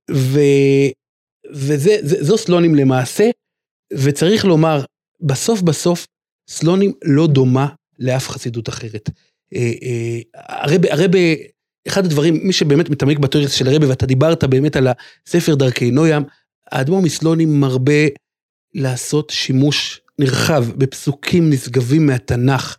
וזו סלונים למעשה, וצריך לומר, בסוף, סלונים לא דומה לאף חסידות אחרת. הרבי, אחד הדברים, מי שבאמת מתעמק בתיאוריה של הרבי, ואתה דיברת באמת על הספר דרכי נוים, האדמו"ר מסלונים מרבה לעשות שימוש נרחב בפסוקים נשגבים מהתנ"ך,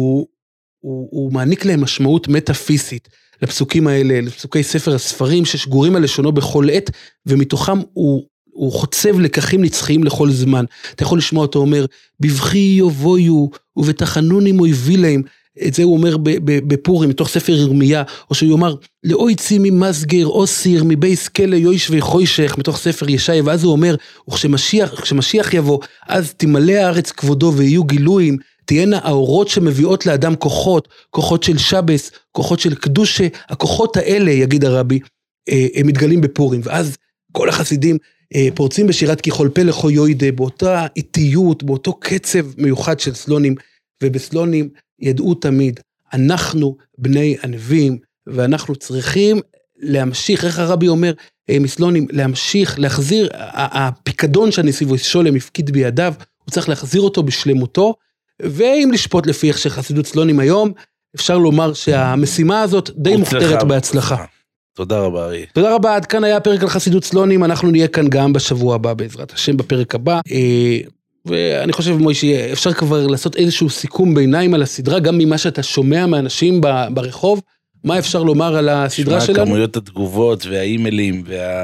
והוא מעניק להם משמעות מטאפיזית לפסוקים האלה, לפסוקי ספר הספרים ששגורים על לשונו בכל עת, ומתוכם הוא חוצב לקחים נצחיים לכל זמן. אתה יכול לשמוע אותו אומר, בבכי יבואו ובתחנוני מויבי להם, את זה הוא אומר בפורים, מתוך ספר ירמיה, או שהוא אומר, לאוי צי ממסגר או סיר מבייס כלא יויש וחוישך, מתוך ספר ישעיה, ואז הוא אומר, וכשמשיח יבוא, אז תמלא הארץ כבודו ויהיו גילויים, תהיינה האורות שמביאות לאדם כוחות של שבס, כוחות של קדושה, הכוחות האלה, יגיד הרבי, הם מתגלים בפורים, ואז כל החסידים פורצים בשירת ככל פה לכו יוידה, באותה איטיות, באותו קצב מיוחד של סלונים, ובסלונים ידעו תמיד, אנחנו בני הנביאים, ואנחנו צריכים להמשיך, איך הרבי אומר, מסלונים, להמשיך, להחזיר, הפיקדון שהנסיב ושולם הפקיד בידיו, הוא צריך להחזיר אותו בשלמותו, ואם לשפוט לפי איך שחסידות סלונים היום, אפשר לומר שהמשימה הזאת די מוכתרת בהצלחה. תודה רבה, ארי. תודה רבה, עד כאן היה פרק על חסידות סלונים, אנחנו נהיה כאן גם בשבוע הבא, בעזרת השם בפרק הבא, ואני חושב מוישי, אפשר כבר לעשות איזשהו סיכום ביניים על הסדרה, גם ממה שאתה שומע מאנשים ברחוב, מה אפשר לומר על הסדרה שלנו? כמויות התגובות והאימיילים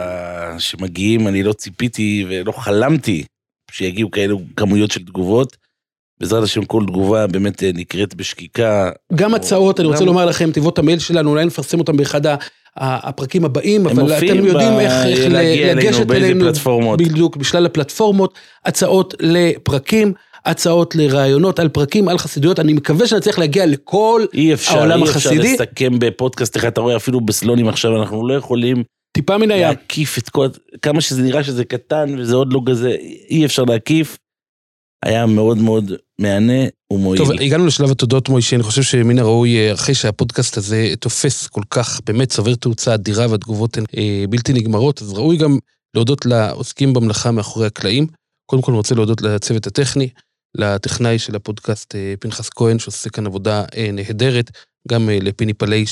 שמגיעים, אני לא ציפיתי ולא חלמתי שיגיעו כאלו כמויות של תגובות, בעזרת השם כל תגובה באמת נקראת בשקיקה. גם הצעות, אני רוצה לומר לכם, תיבות המייל שלנו, אולי נפרסם אותם באחד הפרקים הבאים, אבל אתם יודעים איך לגשת אלינו, בדיוק, בשלל הפלטפורמות, הצעות לפרקים, הצעות לרעיונות על פרקים, על חסידויות, אני מקווה שנצליח להגיע לכל העולם החסידי. אי אפשר לסכם בפודקאסט אחד, אתה רואה אפילו בסלונים עכשיו, אנחנו לא יכולים טיפה מן הים להקיף את כל, כמה שזה נראה שזה קטן, וזה עוד לא כזה, אי אפשר להקיף, היה מאוד מאוד מענה ומועיל. טוב, הגענו לשלב התודות, מוישי, אני חושב שמן הראוי, אחרי שהפודקאסט הזה תופס כל כך, באמת צובר תאוצה אדירה, והתגובות הן בלתי נגמרות, אז ראוי גם להודות לעוסקים במלאכה מאחורי הקלעים. קודם כל אני רוצה להודות לצוות הטכני, לטכנאי של הפודקאסט פנחס כהן, שעושה כאן עבודה נהדרת, גם לפיני פלי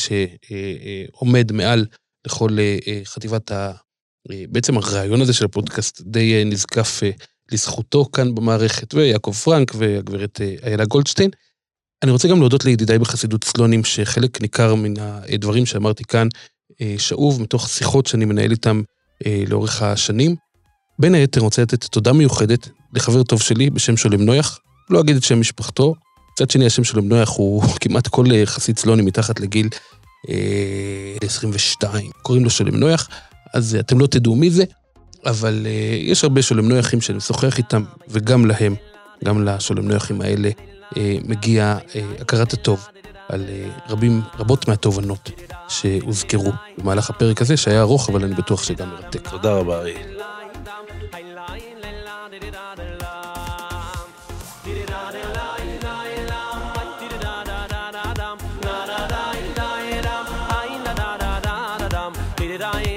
שעומד מעל לכל חטיבת בעצם הרעיון הזה של הפודקאסט די נזקף לזכותו כאן במערכת, ויעקב פרנק והגברת איילה גולדשטיין. אני רוצה גם להודות לידידיי בחסידות סלונים, שחלק ניכר מן הדברים שאמרתי כאן, שאוב מתוך שיחות שאני מנהל איתם לאורך השנים. בין היתר רוצה לתת תודה מיוחדת לחבר טוב שלי בשם שולם נויח, לא אגיד את שם משפחתו, קצת שני השם שולם נויח הוא כמעט כל חסיד סלוני מתחת לגיל 22, קוראים לו שולם נויח, אז אתם לא תדעו מי זה, אבל יש הרבה שולם נויחים שאני משוחח איתם, וגם להם, גם לשולם נויחים האלה, מגיע הכרת הטוב על רבות מהתובנות שהוזכרו במהלך הפרק הזה, שהיה ארוך, אבל אני בטוח שגם מרתק. תודה רבה, ארי. I